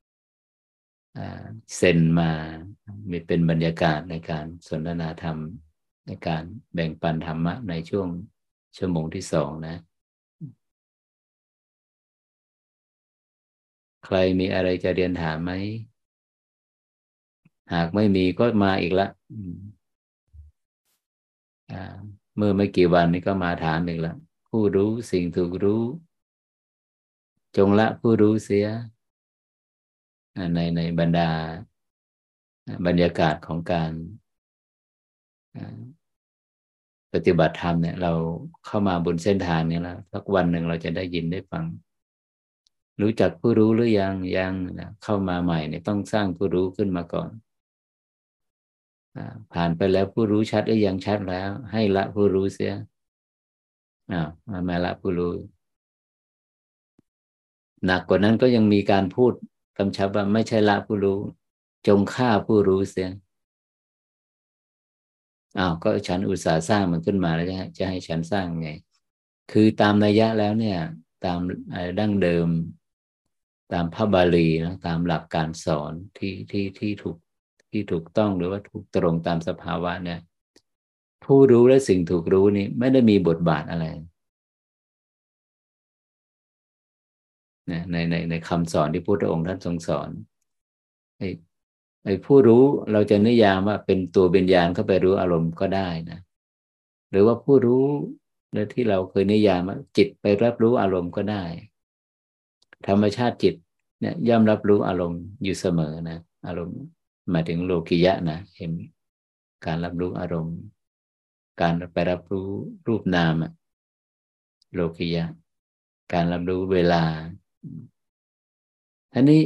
เซนมามีเป็นบรรยากาศในการสนทนาธรรมในการแบ่งปันธรรมะในช่วงชั่วโมงที่สองนะใครมีอะไรจะเรียนถามไหมหากไม่มีก็มาอีกละเมื่อไม่กี่วันนี้ก็มาถามอีกละผู้รู้สิ่งถูกรู้จงละผู้รู้เสียในในบรรดาบรรยากาศของการปฏิบัติธรรมเนี่ยเราเข้ามาบนเส้นทางนี้แล้วสักวันหนึ่งเราจะได้ยินได้ฟังรู้จักผู้รู้หรือยังยังนะเข้ามาใหม่เนี่ยต้องสร้างผู้รู้ขึ้นมาก่อนผ่านไปแล้วผู้รู้ชัดหรือยังชัดแล้วให้ละผู้รู้เสียอ้าวมามาละผู้รู้หนักกว่านั้นก็ยังมีการพูดกำชับว่าไม่ใช่ละผู้รู้จงฆ่าผู้รู้เสียอ้าวก็ฉันอุตส่าห์สร้างมันขึ้นมาแล้วจะจะให้ฉันสร้างไงคือตามนัยยะแล้วเนี่ยตามดั้งเดิมตามพระบาลีนะตามหลักการสอนที่ที่ที่ถูกที่ถูกต้องหรือว่าถูกตรงตามสภาวะเนี่ยผู้รู้และสิ่งถูกรู้นี่ไม่ได้มีบทบาทอะไรนะในในในคำสอนที่พุทธองค์ท่านทรงสอนไอ้ไอ้ผู้รู้เราจะนิยามว่าเป็นตัววิญญาณเข้าไปรู้อารมณ์ก็ได้นะหรือว่าผู้รู้และที่เราเคยนิยามว่าจิตไปรับรู้อารมณ์ก็ได้ธรรมชาติจิตเนี่ยย่อมรับรู้อารมณ์อยู่เสมอนะอารมณ์หมายถึงโลกิยะนะเห็นการรับรู้อารมณ์การไปรับรู้รูปนามโลกิยะการรับรู้เวลาอันนี้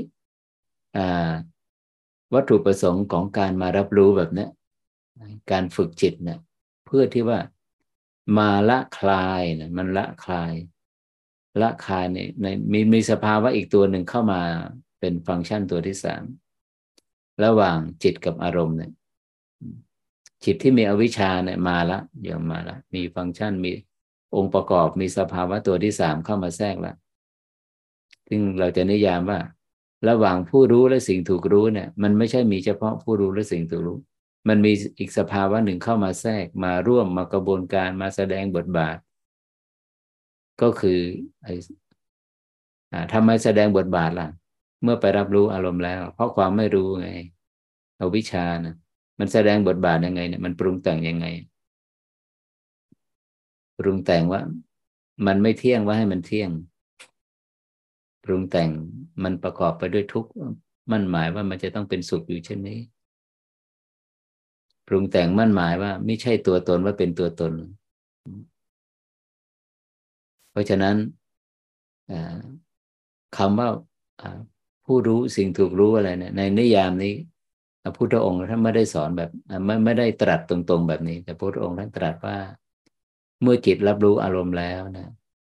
วัตถุประสงค์ของการมารับรู้แบบนี้การฝึกจิตเนี่ยเพื่อที่ว่ามาละคลายนะมันละคลายละคลายในในมีมีสภาวะอีกตัวหนึ่งเข้ามาเป็นฟังก์ชันตัวที่สามระหว่างจิตกับอารมณ์เนี่ยจิตที่มีอวิชชาเนี่ยมาละเดี๋ยวมาละมีฟังก์ชันมีองค์ประกอบมีสภาวะตัวที่สามเข้ามาแทรกแล้วซึ่งเราจะนิยามว่าระหว่างผู้รู้และสิ่งถูกรู้เนี่ยมันไม่ใช่มีเฉพาะผู้รู้และสิ่งถูกรู้มันมีอีกสภาวะหนึ่งเข้ามาแทรกมาร่วมมากระบวนการมาแสดงบทบาทก็คือไอ้ทำไมแสดงบทบาทล่ะเมื่อไปรับรู้อารมณ์แล้วเพราะความไม่รู้ไงอวิชชานะมันแสดงบทบาทยังไงเนี่ยมันปรุงแต่งยังไงปรุงแต่งว่ามันไม่เที่ยงว่าให้มันเที่ยงปรุงแต่งมันประกอบไปด้วยทุกข์มั่นหมายว่ามันจะต้องเป็นสุขอยู่เช่นนี้ปรุงแต่งมั่นหมายว่าไม่ใช่ตัวตนว่าเป็นตัวตนเพราะฉะนั้นคำว่าผู้รู้สิ่งถูกรู้อะไรเนี่ยในนิยามนี้พระพุทธองค์ท่านไม่ได้สอนแบบไม่ไม่ได้ตรัสตรงๆแบบนี้แต่พระพุทธองค์ท่านตรัสว่าเมื่อจิตรับรู้อารมณ์แล้วนะ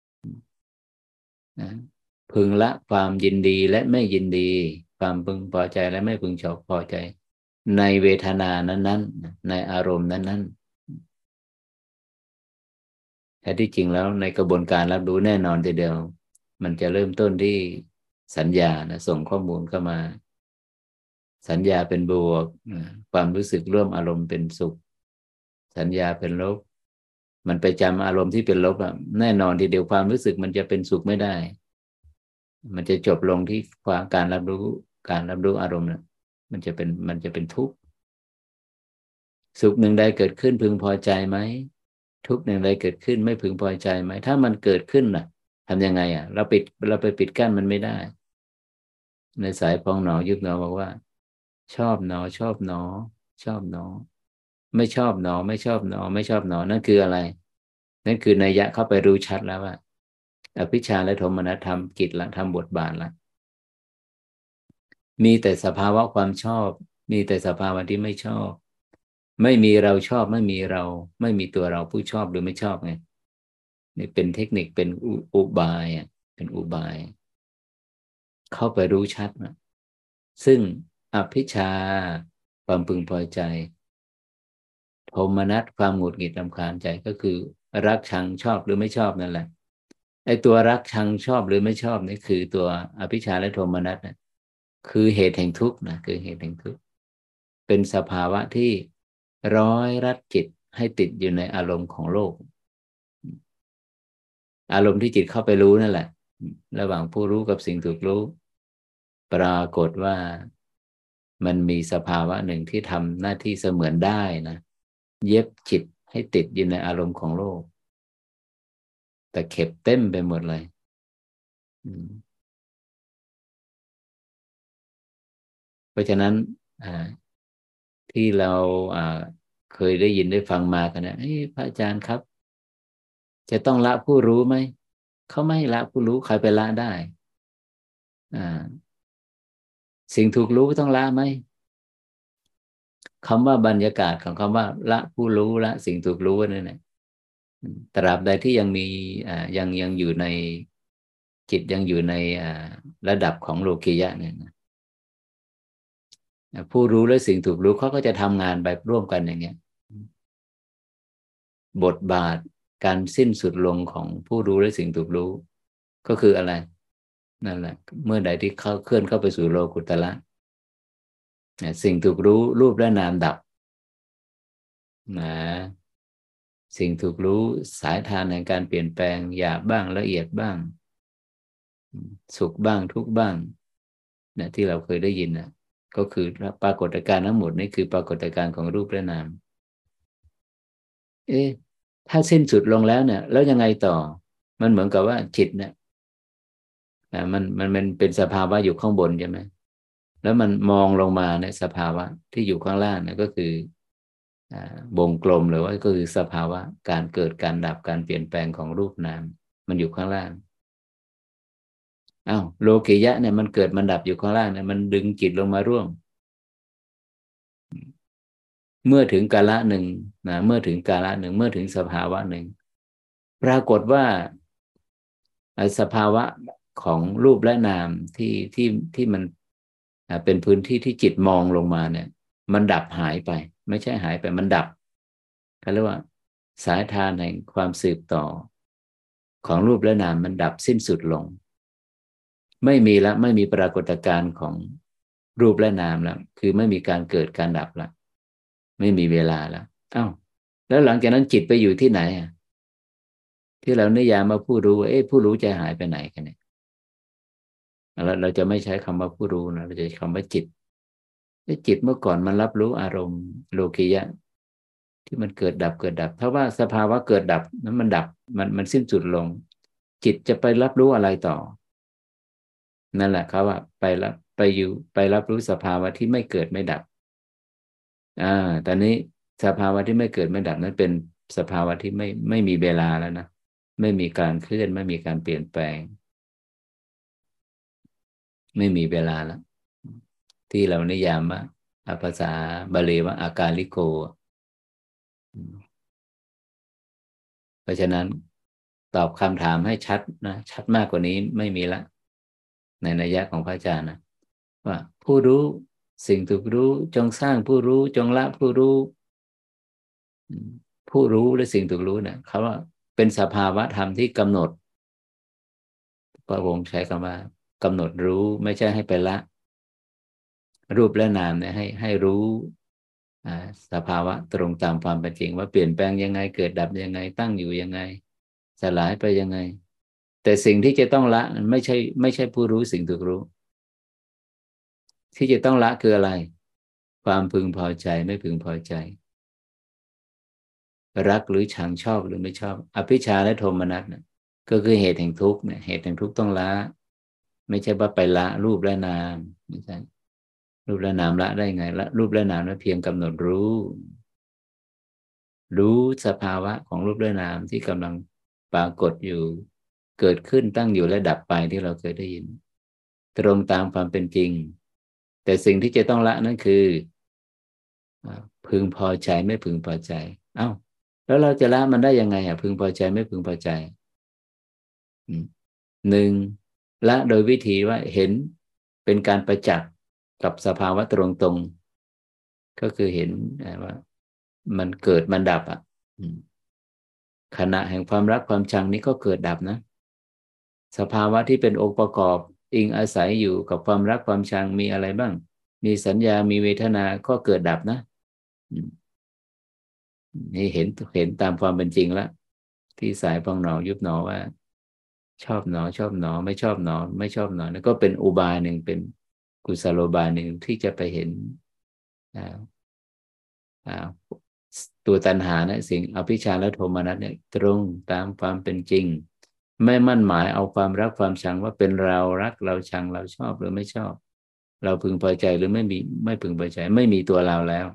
นะพึงละความยินดีและไม่ยินดีความพึงพอใจและไม่พึงชอบพอใจในเวทนานั้นๆในอารมณ์นั้นๆแต่ที่จริงแล้วในกระบวนการรับรู้แน่นอนทีเดียวมันจะเริ่มต้นที่สัญญานะส่งข้อมูลเข้ามาสัญญาเป็นบวกความรู้สึกร่วมอารมณ์เป็นสุขสัญญาเป็นลบมันไปจำอารมณ์ที่เป็นลบอ่ะแน่นอนทีเดียวความรู้สึกมันจะเป็นสุขไม่ได้มันจะจบลงที่ความการรับรู้การรับรู้อารมณ์นะมันจะเป็นมันจะเป็นทุกข์สุขหนึ่งใดเกิดขึ้นพึงพอใจไหมทุกข์หนึ่งใดเกิดขึ้นไม่พึงพอใจไหมถ้ามันเกิดขึ้นน่ะทำยังไงอ่ะเราปิดเราไปปิดกั้นมันไม่ได้ในสายพองหนอยุบหนอบอกว่าชอบหนอชอบหนอชอบหนอไม่ชอบหนอไม่ชอบหนอไม่ชอบหนอนั่นคืออะไรนั่นคือนัยยะเข้าไปรู้ชัดแล้วว่าอภิชฌาและโทมนัสทำกิจละทำบทบาทละมีแต่สภาวะความชอบมีแต่สภาวะที่ไม่ชอบไม่มีเราชอบไม่มีเราไม่มีตัวเราผู้ชอบหรือไม่ชอบไงนี่เป็นเทคนิคเป็นอุบายอ่ะเป็นอุบายเข้าไปรู้ชัดนะซึ่งอภิชฌาความพึงพอใจโทมนัสความหงุดหงิดรำคาญใจก็คือรักชังชอบหรือไม่ชอบนั่นแหละไอ้ตัวรักชังชอบหรือไม่ชอบนี่คือตัวอภิชฌาและโทมนัสนะคือเหตุแห่งทุกข์นะคือเหตุแห่งทุกข์เป็นสภาวะที่ร้อยรัดจิตให้ติดอยู่ในอารมณ์ของโลกอารมณ์ที่จิตเข้าไปรู้นั่นแหละระหว่างผู้รู้กับสิ่งถูกรู้ปรากฏว่ามันมีสภาวะหนึ่งที่ทำหน้าที่เสมือนได้นะเย็บจิตให้ติดอยู่ในอารมณ์ของโลกแต่เข็บเต็มไปหมดเลยเพราะฉะนั้นที่เราเคยได้ยินได้ฟังมากันนะพระอาจารย์ครับจะต้องละผู้รู้ไหมเขาไม่ละผู้รู้ใครไปละได้สิ่งถูกรู้ต้องละไหมคำว่าบรรยากาศของคำว่าละผู้รู้ละสิ่งถูกรู้นั่นแหละตราบใดที่ยังมียังยังอยู่ในจิตยังอยู่ในระดับของโลกิยะเนี่ยนะผู้รู้และสิ่งถูกรู้เขาก็จะทำงานไปร่วมกันอย่างเงี้ยบทบาทการสิ้นสุดลงของผู้รู้และสิ่งถูกรู้ก็คืออะไรนั่นแหละเมื่อใดที่เขาเคลื่อนเข้าไปสู่โลกุตละสิ่งถูกรู้รูปและนามดับนะสิ่งถูกรู้สายทานแห่งการเปลี่ยนแปลงหยาบบ้างละเอียดบ้างสุขบ้างทุกข์บ้างนะที่เราเคยได้ยินนะก็คือปรากฏการณ์ทั้งหมดนี่คือปรากฏการณ์ของรูปและนามเอ๊ะถ้าสิ้นสุดลงแล้วเนี่ยแล้วยังไงต่อมันเหมือนกับว่าจิตเนี่ยมันมันมันเป็นสภาวะอยู่ข้างบนใช่ไหมแล้วมันมองลงมาเนี่ยสภาวะที่อยู่ข้างล่างเนี่ยก็คือวงกลมหรือว่าก็คือสภาวะการเกิดการดับการเปลี่ยนแปลงของรูปนามมันอยู่ข้างล่างอ้าวโลกิยะเนี่ยมันเกิดมันดับอยู่ข้างล่างเนี่ยมันดึงจิตลงมาร่วมเมื่อถึงกาละหนึ่งนะเมื่อถึงกาละหนึ่งเมื่อถึงสภาวะหนึ่งปรากฏว่าสภาวะของรูปและนามที่ที่ที่มันเป็นพื้นที่ที่จิตมองลงมาเนี่ยมันดับหายไปไม่ใช่หายไปมันดับเขาเรียกว่าสายทานแห่งความสืบต่อของรูปและนามมันดับสิ้นสุดลงไม่มีแล้วไม่มีปรากฏการณ์ของรูปและนามแล้วคือไม่มีการเกิดการดับแล้วไม่มีเวลาแล้วอ้าวแล้วหลังจากนั้นจิตไปอยู่ที่ไหนอ่ะที่เรานิยามมาผู้รู้เอ๊ะผู้รู้จะหายไปไหนกันเนี่ยเราเราจะไม่ใช้คำว่าผู้รู้นะเราจะใช้คำว่าจิตจิตเมื่อก่อนมันรับรู้อารมณ์โลกิยะที่มันเกิดดับเกิดดับถ้าว่าสภาวะเกิดดับนั้นมันดับมันมันสิ้นสุดลงจิตจะไปรับรู้อะไรต่อนั่นแหละครับว่าไปรับไปอยู่ไปรับรู้สภาวะที่ไม่เกิดไม่ดับอ่าตอนนี้สภาวะที่ไม่เกิดไม่ดับนั้นเป็นสภาวะที่ไม่ไม่มีเวลาแล้วนะไม่มีการเคลื่อนไม่มีการเปลี่ยนแปลงไม่มีเวลาแล้วที่เรานิยามว่าภาษาบาลีว่าอากาลิโกเพราะฉะนั้นตอบคำถามให้ชัดนะชัดมากกว่านี้ไม่มีละในนัยยะของพระอาจารย์นะว่าผู้รู้สิ่งถูกรู้จงสร้างผู้รู้จงละผู้รู้ผู้รู้และสิ่งถูกรู้เนี่ยเขาว่าเป็นสภาวะธรรมที่กำหนดพระองค์ใช้คำว่ากำหนดรู้ไม่ใช่ให้ไปละรูปและนามเนี่ยให้ให้รู้สภาวะตรงตามความเป็นจริงว่าเปลี่ยนแปลงยังไงเกิดดับยังไงตั้งอยู่ยังไงสลายไปยังไงแต่สิ่งที่จะต้องละไม่ใช่ไม่ใช่ผู้รู้สิ่งถูกรู้ที่จะต้องละคืออะไรความพึงพอใจไม่พึงพอใจรักหรือชังชอบหรือไม่ชอบอภิชาและโทมนัสนะก็คือเหตุแห่งทุกข์เนี่ยเหตุแห่งทุกข์ต้องละไม่ใช่ว่าไปละรูปและนามไม่ใช่รูปและนามละได้ไงละรูปและนามนั้นเพียงกำหนดรู้รู้สภาวะของรูปและนามที่กำลังปรากฏอยู่เกิดขึ้นตั้งอยู่และดับไปที่เราเคยได้ยินตรงตามความเป็นจริงแต่สิ่งที่จะต้องละนั่นคือพึงพอใจไม่พึงพอใจเอ้าแล้วเราจะละมันได้ยังไงอ่ะพึงพอใจไม่พึงพอใจหนึ่งละโดยวิธีว่าเห็นเป็นการประจักษ์กับสภาวะตรงๆก็คือเห็นว่ามันเกิดมันดับอ่ะขณะแห่งความรักความชังนี้ก็เกิดดับนะสภาวะที่เป็นองค์ประกอบอิงอาศัยอยู่กับความรักความชังมีอะไรบ้างมีสัญญามีเวทนาก็เกิดดับนะนี่เห็นเห็นตามความเป็นจริงแล้วที่สายพองหนอยุบหนอว่าชอบหนอชอบหนอไม่ชอบหนอไม่ชอบหนอนั่นก็เป็นอุบายหนึ่งเป็นกุศโลบายหนึ่งที่จะไปเห็นตัวตัณหาเนี่ยสิ่งอภิชาและโทมนัสเนี่ยตรงตามความเป็นจริงไม่มั่นหมายเอาความรักความชังว่าเป็นเรารักเราชังเราชอบหรือไม่ชอบเราพึงพอใจหรือไม่มีไม่พึงพอใจไม่มีตัวเราแล้ว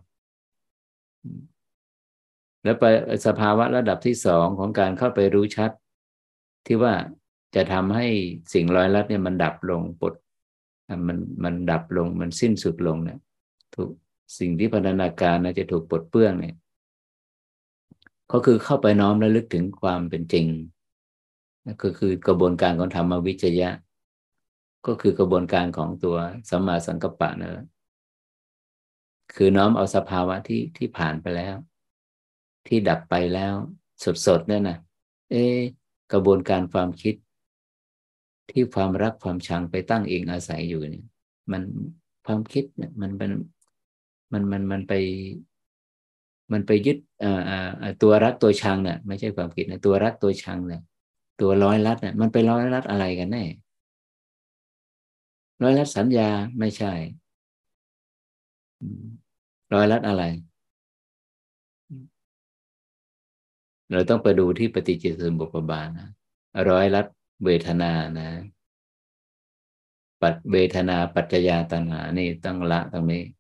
แล้วไปสภาวะระดับที่สองของการเข้าไปรู้ชัดที่ว่าจะทำให้สิ่งร้อยลัดเนี่ยมันดับลงปลดมันมันดับลงมันสิ้นสุดลงเนี่ยถูกสิ่งที่พัฒนาการนะจะถูกปลดเปลื้องเนี่ยก็คือเข้าไปน้อมและลึกถึงความเป็นจริงก็คือกระบวนการของธรรมวิจยะก็คือกระบวนการของตัวสัมมาสังกัปปะนั่นแหละคือน้อมเอาสภาวะที่ที่ผ่านไปแล้วที่ดับไปแล้วสดๆเนี่ยนะเอ๊กระบวนการความคิดที่ความรักความชังไปตั้งเองอาศัยอยู่เนี่ยมันความคิดเนี่ยมันเป็นมันมันมันไปมันไปยึดอ่าอ่าตัวรักตัวชังเนี่ยไม่ใช่ความคิดนะตัวรักตัวชังเนี่ยตัวร้อยลัดเนี่ยมันไปร้อยลัดอะไรกันแน่ร้อยลัดสัญญาไม่ใช่ร้อยลัดอะไรเราต้องไปดูที่ปฏิจจสมุปบาทนะร้อยลัดเวทนานะปัจเวทนาปัจจยาตัณหานี่ต้องละตรงนี้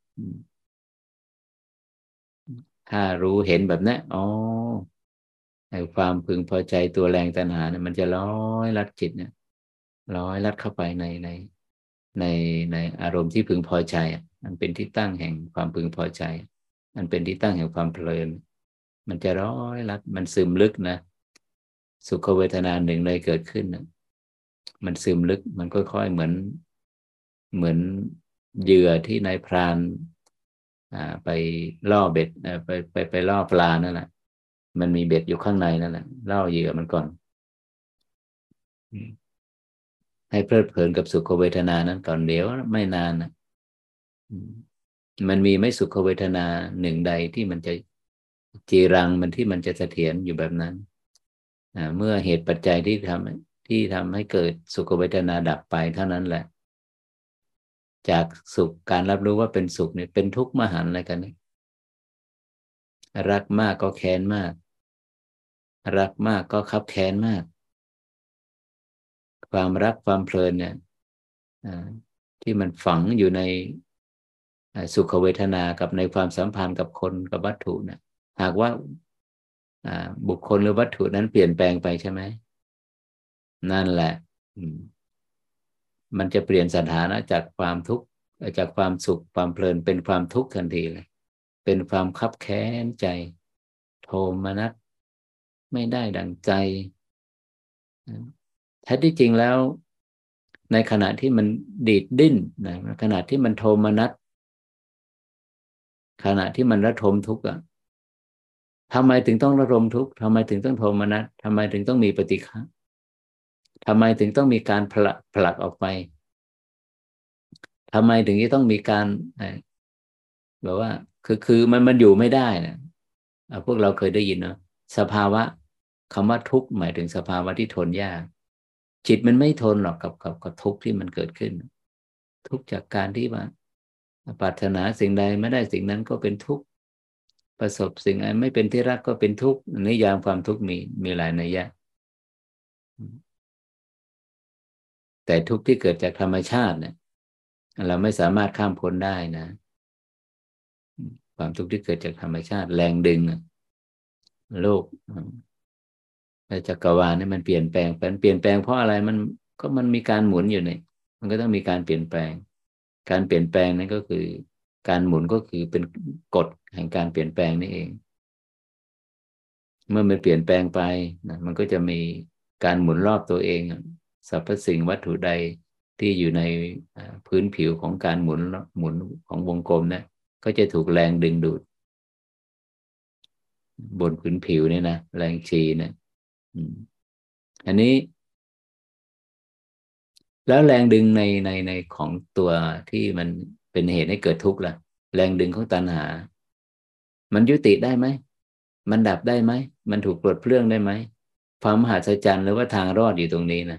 ถ้ารู้เห็นแบบนี้อ๋อไอ้ความพึงพอใจตัวแรงตัณหาเนี่ยมันจะร้อยลัดจิตเนี่ยร้อยลัดเข้าไปในในในในอารมณ์ที่พึงพอใจมันเป็นที่ตั้งแห่งความพึงพอใจมันเป็นที่ตั้งแห่งความเพลินมันจะร้อยลัดมันซึมลึกนะสุขเวทนาหนึ่งเลยเกิดขึ้นนะมันซึมลึกมันค่อยๆเหมือนเหมือนเหยื่อที่นายพรานไปล่อเบ็ดไปไปไปล่อปลานั่นแหละมันมีเบ็ดอยู่ข้างในนั่นแหละล่อเหยื่อมันก่อนให้เพลิดเพลินกับสุขเวทนานั้นก่อนเดี๋ยวไม่นานนะมันมีไม่สุขเวทนาหนึ่งใดที่มันจะจีรังมันที่มันจะเสถียรอยู่แบบนั้นเมื่อเหตุปัจจัยที่ทำที่ทำให้เกิดสุขเวทนาดับไปเท่านั้นแหละจากสุขการรับรู้ว่าเป็นสุขเนี่ยเป็นทุกข์มหันต์อะไรกันนี่รักมากก็แค้นมากรักมากก็คับแค้นมากความรักความเพลินเนี่ยที่มันฝังอยู่ในสุขเวทนากับในความสัมพันธ์กับคนกับวัตถุเนี่ยหากว่าบุคคลหรือวัตถุนั้นเปลี่ยนแปลงไปใช่ไหมนั่นแหละมันจะเปลี่ยนสถานะจากความทุกข์จากความสุขความเพลินเป็นความทุกข์ทันทีเลยเป็นความคับแค้นใจโทมนัสไม่ได้ดังใจแท้ที่จริงแล้วในขณะที่มันดีดดิ้นนะขณะที่มันโทมนัสขณะที่มันระทมทุกข์อะทำไมถึงต้องระทมทุกข์ทำไมถึงต้องโทมนัสทำไมถึงต้องมีปฏิฆะทำไมถึงต้องมีการผลักผลักออกไปทำไมถึงจะต้องมีการแบบว่าคือคือมันมันอยู่ไม่ได้นะพวกเราเคยได้ยินเนาะสภาวะคำว่าทุกข์หมายถึงสภาวะที่ทนยากจิตมันไม่ทนหรอกกับกับกับทุกข์ที่มันเกิดขึ้นทุกข์จากการที่ว่าปรารถนาสิ่งใดไม่ได้สิ่งนั้นก็เป็นทุกข์ประสบสิ่งอันไม่เป็นที่รักก็เป็นทุกข์นิยามความทุกข์มีมีหลายนัยยะแต่ทุกข์ที่เกิดจากธรรมชาติเนี่ยเราไม่สามารถข้ามพ้นได้นะความทุกข์ที่เกิดจากธรรมชาติแรงดึงโลกและจักรวาลนี่มันเปลี่ยนแปลงมันเปลี่ยนแปลงเพราะอะไรมันก็มันมีการหมุนอยู่เนี่ยมันก็ต้องมีการเปลี่ยนแปลงการเปลี่ยนแปลงนั่นก็คือการหมุนก็คือเป็นกฎแห่งการเปลี่ยนแปลงนี่เองเมื่อมันเปลี่ยนแปลงไปนะมันก็จะมีการหมุนรอบตัวเองสรรพสิ่งวัตถุใดที่อยู่ในพื้นผิวของการหมุนหมุนของวงกลมนะก็จะถูกแรงดึงดูดบนพื้นผิวนี่นะแรงชีนะอันนี้แล้วแรงดึงในในในของตัวที่มันเป็นเหตุให้เกิดทุกข์ล่ะแรงดึงของตัณหามันยุติได้ไหมมันดับได้ไหมมันถูกปลดเปลื้องได้ไหมความมหัศจรรย์หรือว่าทางรอดอยู่ตรงนี้นะ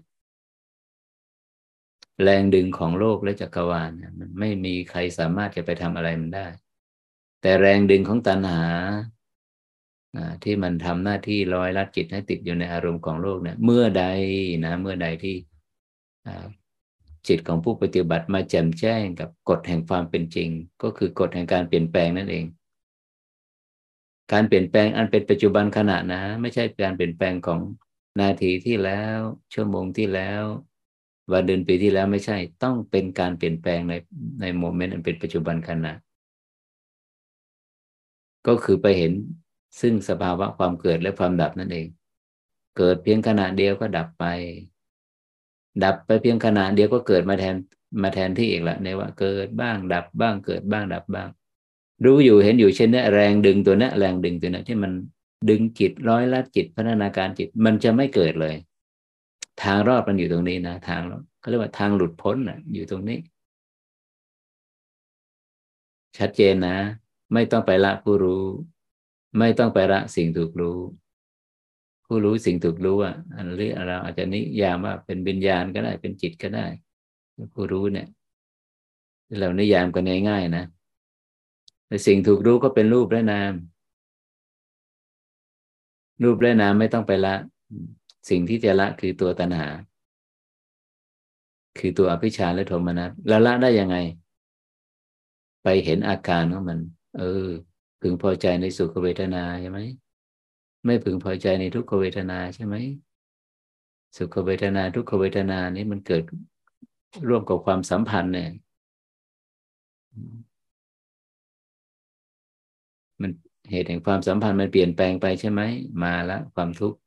แรงดึงของโลกและจักรวาลมันไม่มีใครสามารถจะไปทำอะไรมันได้แต่แรงดึงของตัณหาที่มันทำหน้าที่ร้อยลัดจิตให้ติดอยู่ในอารมณ์ของโลกเนี่ยเมื่อใดนะเมื่อใดที่จิตของผู้ปฏิบัติมาแจ่มแจ้งกับกฎแห่งความเป็นจริงก็คือกฎแห่งการเปลี่ยนแปลงนั่นเองการเปลี่ยนแปลงอันเป็นปัจจุบันขณะนะไม่ใช่การเปลี่ยนแปลงของนาทีที่แล้วชั่วโมงที่แล้ววันเดือนปีที่แล้วไม่ใช่ต้องเป็นการเปลี่ยนแปลงในในโมเมนต์อันเป็นปัจจุบันขณะก็คือไปเห็นซึ่งสภาวะความเกิดและความดับนั่นเองเกิดเพียงขณะเดียวก็ดับไปดับไปเพียงขณะเดียวก็เกิดมาแทนมาแทนที่อีกละในว่าเกิดบ้างดับบ้างเกิดบ้างดับบ้างรู้อยู่เห็นอยู่เช่นนี้แรงดึงตัวนี้แรงดึงตัวนี้ที่มันดึงจิตร้อยลัดจิตพัฒนาการจิตมันจะไม่เกิดเลยทางรอดมันอยู่ตรงนี้นะทางเขาเรียกว่าทางหลุดพ้นนะอยู่ตรงนี้ชัดเจนนะไม่ต้องไปละผู้รู้ไม่ต้องไปละสิ่งถูกรู้ผู้รู้สิ่งถูกรู้อ่ะอันนี้เราอาจจะนิยามว่าเป็นวิญญาณก็ได้เป็นจิตก็ได้ผู้รู้เนี่ยเรานิยามกันง่ายๆนะแต่สิ่งถูกรู้ก็เป็นรูปและนามรูปและนามไม่ต้องไปละสิ่งที่จะละคือตัวตัณหาคือตัวอภิชฌาและโทมนัสแล้วละได้ยังไงไปเห็นอาการของมันเออพึงพอใจในสุขเวทนาใช่ไหมไม่พึงพอใจในทุกขเวทนาใช่ไหมสุขเวทนาทุกขเวทนานี้มันเกิดร่วมกับความสัมพันธ์เนี่ยมันเหตุแห่งความสัมพันธ์มันเปลี่ยนแปลงไปใช่ไหมมาแล้วความทุกข์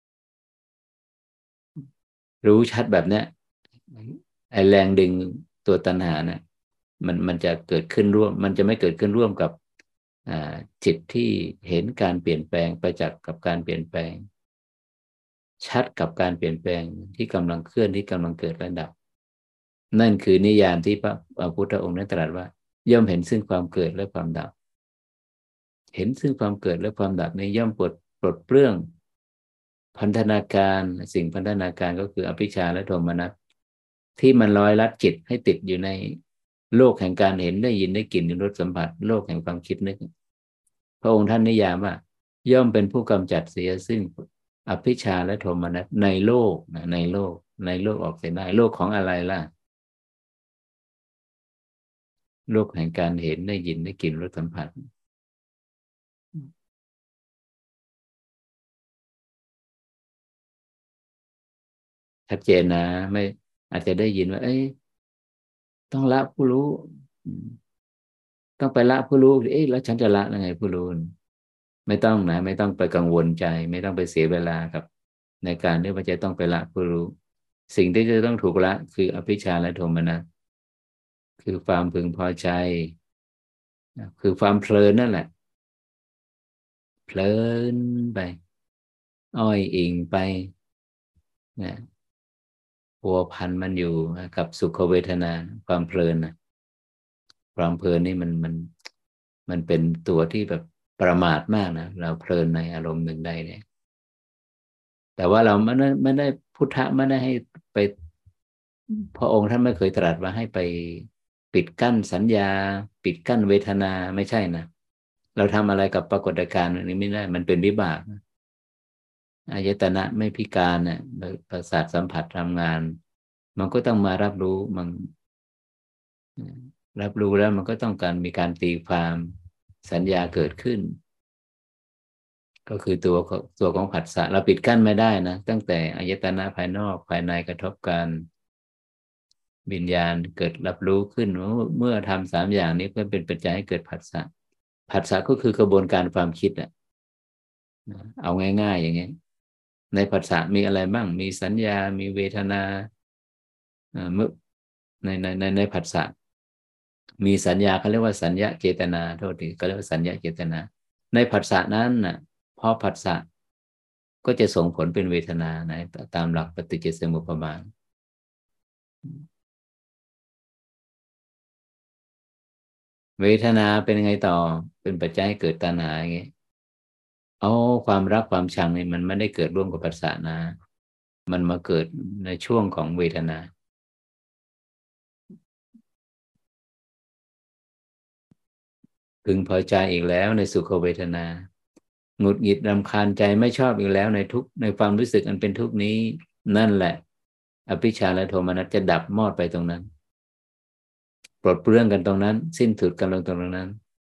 รู้ชัดแบบเนี้ยไอแรงดึงตัวตัณหาเนี่ยมันมันจะเกิดขึ้นร่วมมันจะไม่เกิดขึ้นร่วมกับจิตที่เห็นการเปลี่ยนแปลงประจักษ์กับการเปลี่ยนแปลงชัดกับการเปลี่ยนแปลงที่กำลังเคลื่อนที่กำลังเกิดและดับนั่นคือนิยามที่พระพุทธองค์นั้นตรัสว่าย่อมเห็นซึ่งความเกิดและความดับเห็นซึ่งความเกิดและความดับในย่อมปลดปลดเปลื้องพันธนาการสิ่งพันธนาการก็คืออภิชฌาและโทมนัสที่มันร้อยลัดจิตให้ติดอยู่ในโลกแห่งการเห็นได้ยินได้กลิ่นได้รสสัมผัสโลกแห่งความคิดนึกพระองค์ท่านนิยามว่าย่อมเป็นผู้กำจัดเสียซึ่งอภิชฌาและโทมนัสในโลกในโลกในโลกออกเสียได้โลกของอะไรล่ะโลกแห่งการเห็นได้ยินได้กลิ่นรสสัมผัสชัดเจนนะไม่อาจจะได้ยินว่าเอ้ยต้องละผู้รู้ต้องไปละผู้รู้เอ๊ะแล้วฉันจะละยังไงผู้รู้ไม่ต้องนะไม่ต้องไปกังวลใจไม่ต้องไปเสียเวลากับในการที่ว่าจะต้องไปละผู้รู้สิ่งที่จะต้องถูกละคืออภิชฌาและโทมนัสคือความพึงพอใจคือความเพลินนั่นแหละเพลินไปอ้อยอิงไปนะพัวพันมันอยู่กับสุขเวทนาความเพลินนะความเพลินนี่มันมันมันเป็นตัวที่แบบประมาทมากนะเราเพลินในอารมณ์หนึ่งได้เนี่ยแต่ว่าเราไม่ได้ไม่ได้พุทธะไม่ได้ให้ไปพระองค์ท่านไม่เคยตรัสว่าให้ไปปิดกั้นสัญญาปิดกั้นเวทนาไม่ใช่นะเราทำอะไรกับปรากฏการณ์อันนี้ไม่ได้มันเป็นวิบากอายตนะไม่พิการเนี่ยประสาทสัมผัสทำงานมันก็ต้องมารับรู้มันรับรู้แล้วมันก็ต้องการมีการตีความสัญญาเกิดขึ้นก็คือตัวตัวของผัสสะเราปิดกั้นไม่ได้นะตั้งแต่อายตนะภายนอกภายในกระทบกันวิญญาณเกิดรับรู้ขึ้นเมื่อทำสามอย่างนี้เพื่อเป็นปัจจัยให้เกิดผัสสะผัสสะก็คือกระบวนการความคิดอ่ะเอาง่ายๆอย่างเงี้ยในผัสสะมีอะไรบ้างมีสัญญามีเวทนาเมื่อในในในในผัสสะมีสัญญาเขาเรียกว่าสัญญาเจตนาโทษทีเขาเรียกว่าสัญญาเจตนาในผัสสะนั้นน่ะพอผัสสะก็จะส่งผลเป็นเวทนานะตามหลักปฏิจจสมุปบาทเวทนาเป็นไงต่อเป็นปัจจัยให้เกิดตัณหาอย่างเงี้ยเอาความรักความชังนี่มันไม่ได้เกิดร่วมกับผัสสะนะมันมาเกิดในช่วงของเวทนาพึงพอใจอีกแล้วในสุขเวทนาหงุดหงิดรำคาญใจไม่ชอบอีกแล้วในทุกในความรู้สึกอันเป็นทุกข์นี้นั่นแหละอภิชฌาและโทมนัสจะดับมอดไปตรงนั้นปลดเปลื้องกันตรงนั้นสิ้นสุดกันลงตรงนั้น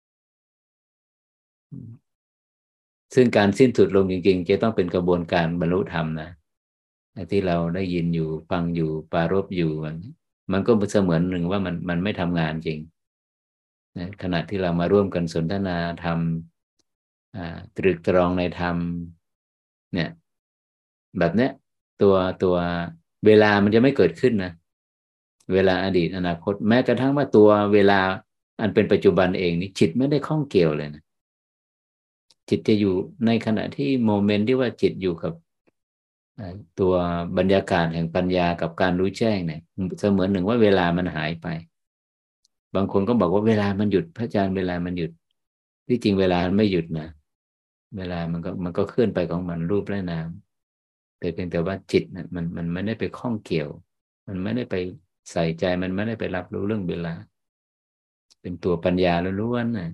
ซึ่งการสิ้นสุดลงจริงๆจะต้องเป็นกระบวนการบรรลุธรรมนะที่เราได้ยินอยู่ฟังอยู่ปรารภอยู่มันก็เสมือนหนึ่งว่ามันมันไม่ทำงานจริงนะขณะที่เรามาร่วมกันสนทนาธรรมตรึกตรองในธรรมเนี่ยแบบเนี้ยตัวตัวเวลามันจะไม่เกิดขึ้นนะเวลาอดีตอนาคตแม้กระทั่งว่าตัวเวลาอันเป็นปัจจุบันเองนี่จิตไม่ได้ข้องเกี่ยวเลยนะจิตจะอยู่ในขณะที่โมเมนต์ที่ว่าจิตอยู่กับตัวบรรยากาศแห่งปัญญากับการรู้แจ้งเนี่ยเสมือนหนึ่งว่าเวลามันหายไปบางคนก็บอกว่าเวลามันหยุดพระอาจารย์เวลามันหยุดที่จริงเวลามันไม่หยุดนะเวลามันก็มันก็เคลื่อนไปของมันรูปและนามแต่เพียงแต่ว่าจิตนะมันมันไม่ได้ไปข้องเกี่ยวมันไม่ได้ไปใส่ใจมันไม่ได้ไปรับรู้เรื่องเวลาเป็นตัวปัญญาล้วนๆนะ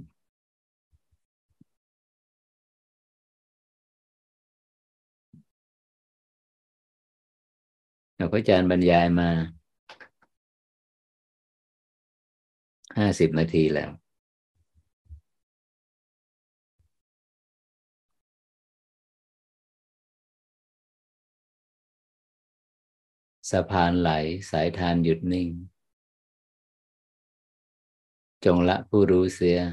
เราพระอาจารย์บรรยายมาห้าสิบนาทีแล้วสะพานไหลสายทานหยุดนิ่งจงละผู้รู้เสีย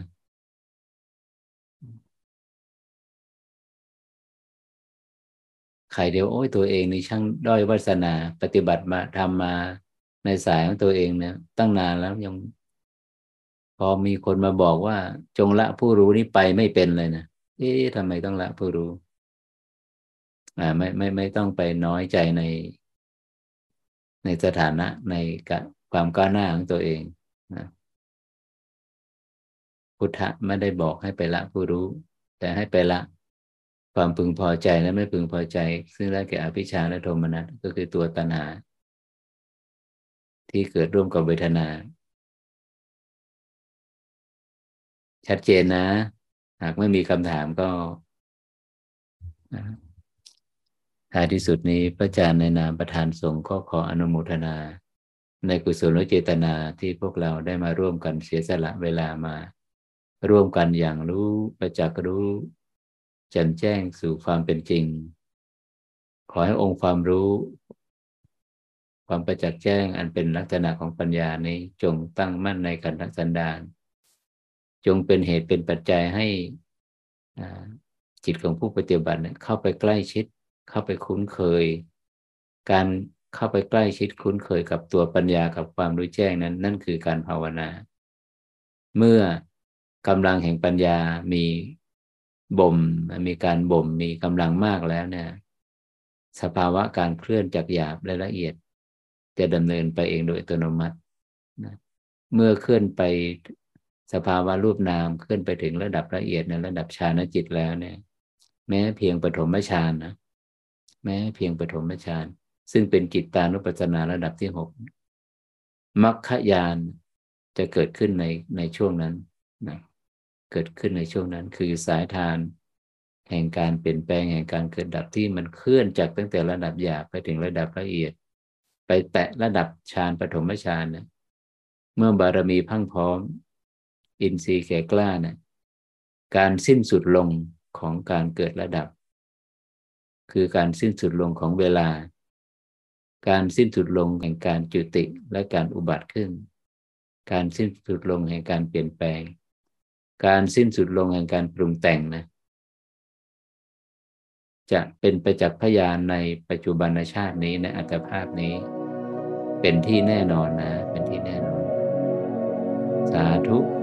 ใครเดียวโอ้ยตัวเองนี่ช่างด้อยวาสนาปฏิบัติมาทำมาในสายของตัวเองเนี่ยตั้งนานแล้วยังพอมีคนมาบอกว่าจงละผู้รู้นี่ไปไม่เป็นเลยนะเอ๊ะทำไมต้องละผู้รู้อ่าไม่ไม่ไม่ต้องไปน้อยใจในในสถานะในความก้าวหน้าของตัวเองนะพุทธะไม่ได้บอกให้ไปละผู้รู้แต่ให้ไปละความพึงพอใจและไม่พึงพอใจซึ่งได้แก่อภิชฌาและโทมนัสก็คือตัวตัณหาที่เกิดร่วมกับเวทนาชัดเจนนะหากไม่มีคำถามก็ท้ายที่สุดนี้พระอาจารย์ในนามประธานสงฆ์ก็ขออนุโมทนาในกุศลเจตนาที่พวกเราได้มาร่วมกันเสียสละเวลามาร่วมกันอย่างรู้ประจักษ์รู้แจ่มแจ้งสู่ความเป็นจริงขอให้องค์ความรู้ความประจักษ์แจ้งอันเป็นลักษณะของปัญญานี้จงตั้งมั่นในขันธสันดานจงเป็นเหตุเป็นปัจจัยให้จิตของผู้ปฏิบัติเข้าไปใกล้ชิดเข้าไปคุ้นเคยการเข้าไปใกล้ชิดคุ้นเคยกับตัวปัญญากับความรู้แจ้งนั้นนั่นคือการภาวนาเมื่อกำลังแห่งปัญญามีบ่มมีการบ่มมีกำลังมากแล้วเนี่ยสภาวะการเคลื่อนจากหยาบและละเอียดจะดำเนินไปเองโดยอัตโนมัตินะเมื่อเคลื่อนไปสภาวะรูปนามเคลื่อนไปถึงระดับละเอียดในระดับฌานจิตแล้วเนี่ยแม้เพียงปฐมฌานนะแม้เพียงปฐมฌานซึ่งเป็นจิตตานุปัสสนาระดับที่หกมรรคญาณจะเกิดขึ้นในในช่วงนั้นนะเกิดขึ้นในช่วงนั้นคือสายทานแห่งการเปลี่ยนแปลงแห่งการเกิดดับที่มันเคลื่อนจากตั้งแต่ระดับหยาบไปถึงระดับละเอียดไปแตะระดับฌานปฐมฌานนะเมื่อบารมีพังพร้อมอินทรีย์แก่กล้านะการสิ้นสุดลงของการเกิดระดับคือการสิ้นสุดลงของเวลาการสิ้นสุดลงแห่งการจุติและการอุบัติขึ้นการสิ้นสุดลงแห่งการเปลี่ยนแปลงการสิ้นสุดลงแห่งการปรุงแต่งนะจะเป็นประจักษ์พยานในปัจจุบันชาตินี้ในอัตภาพนี้เป็นที่แน่นอนนะเป็นที่แน่นอนสาธุ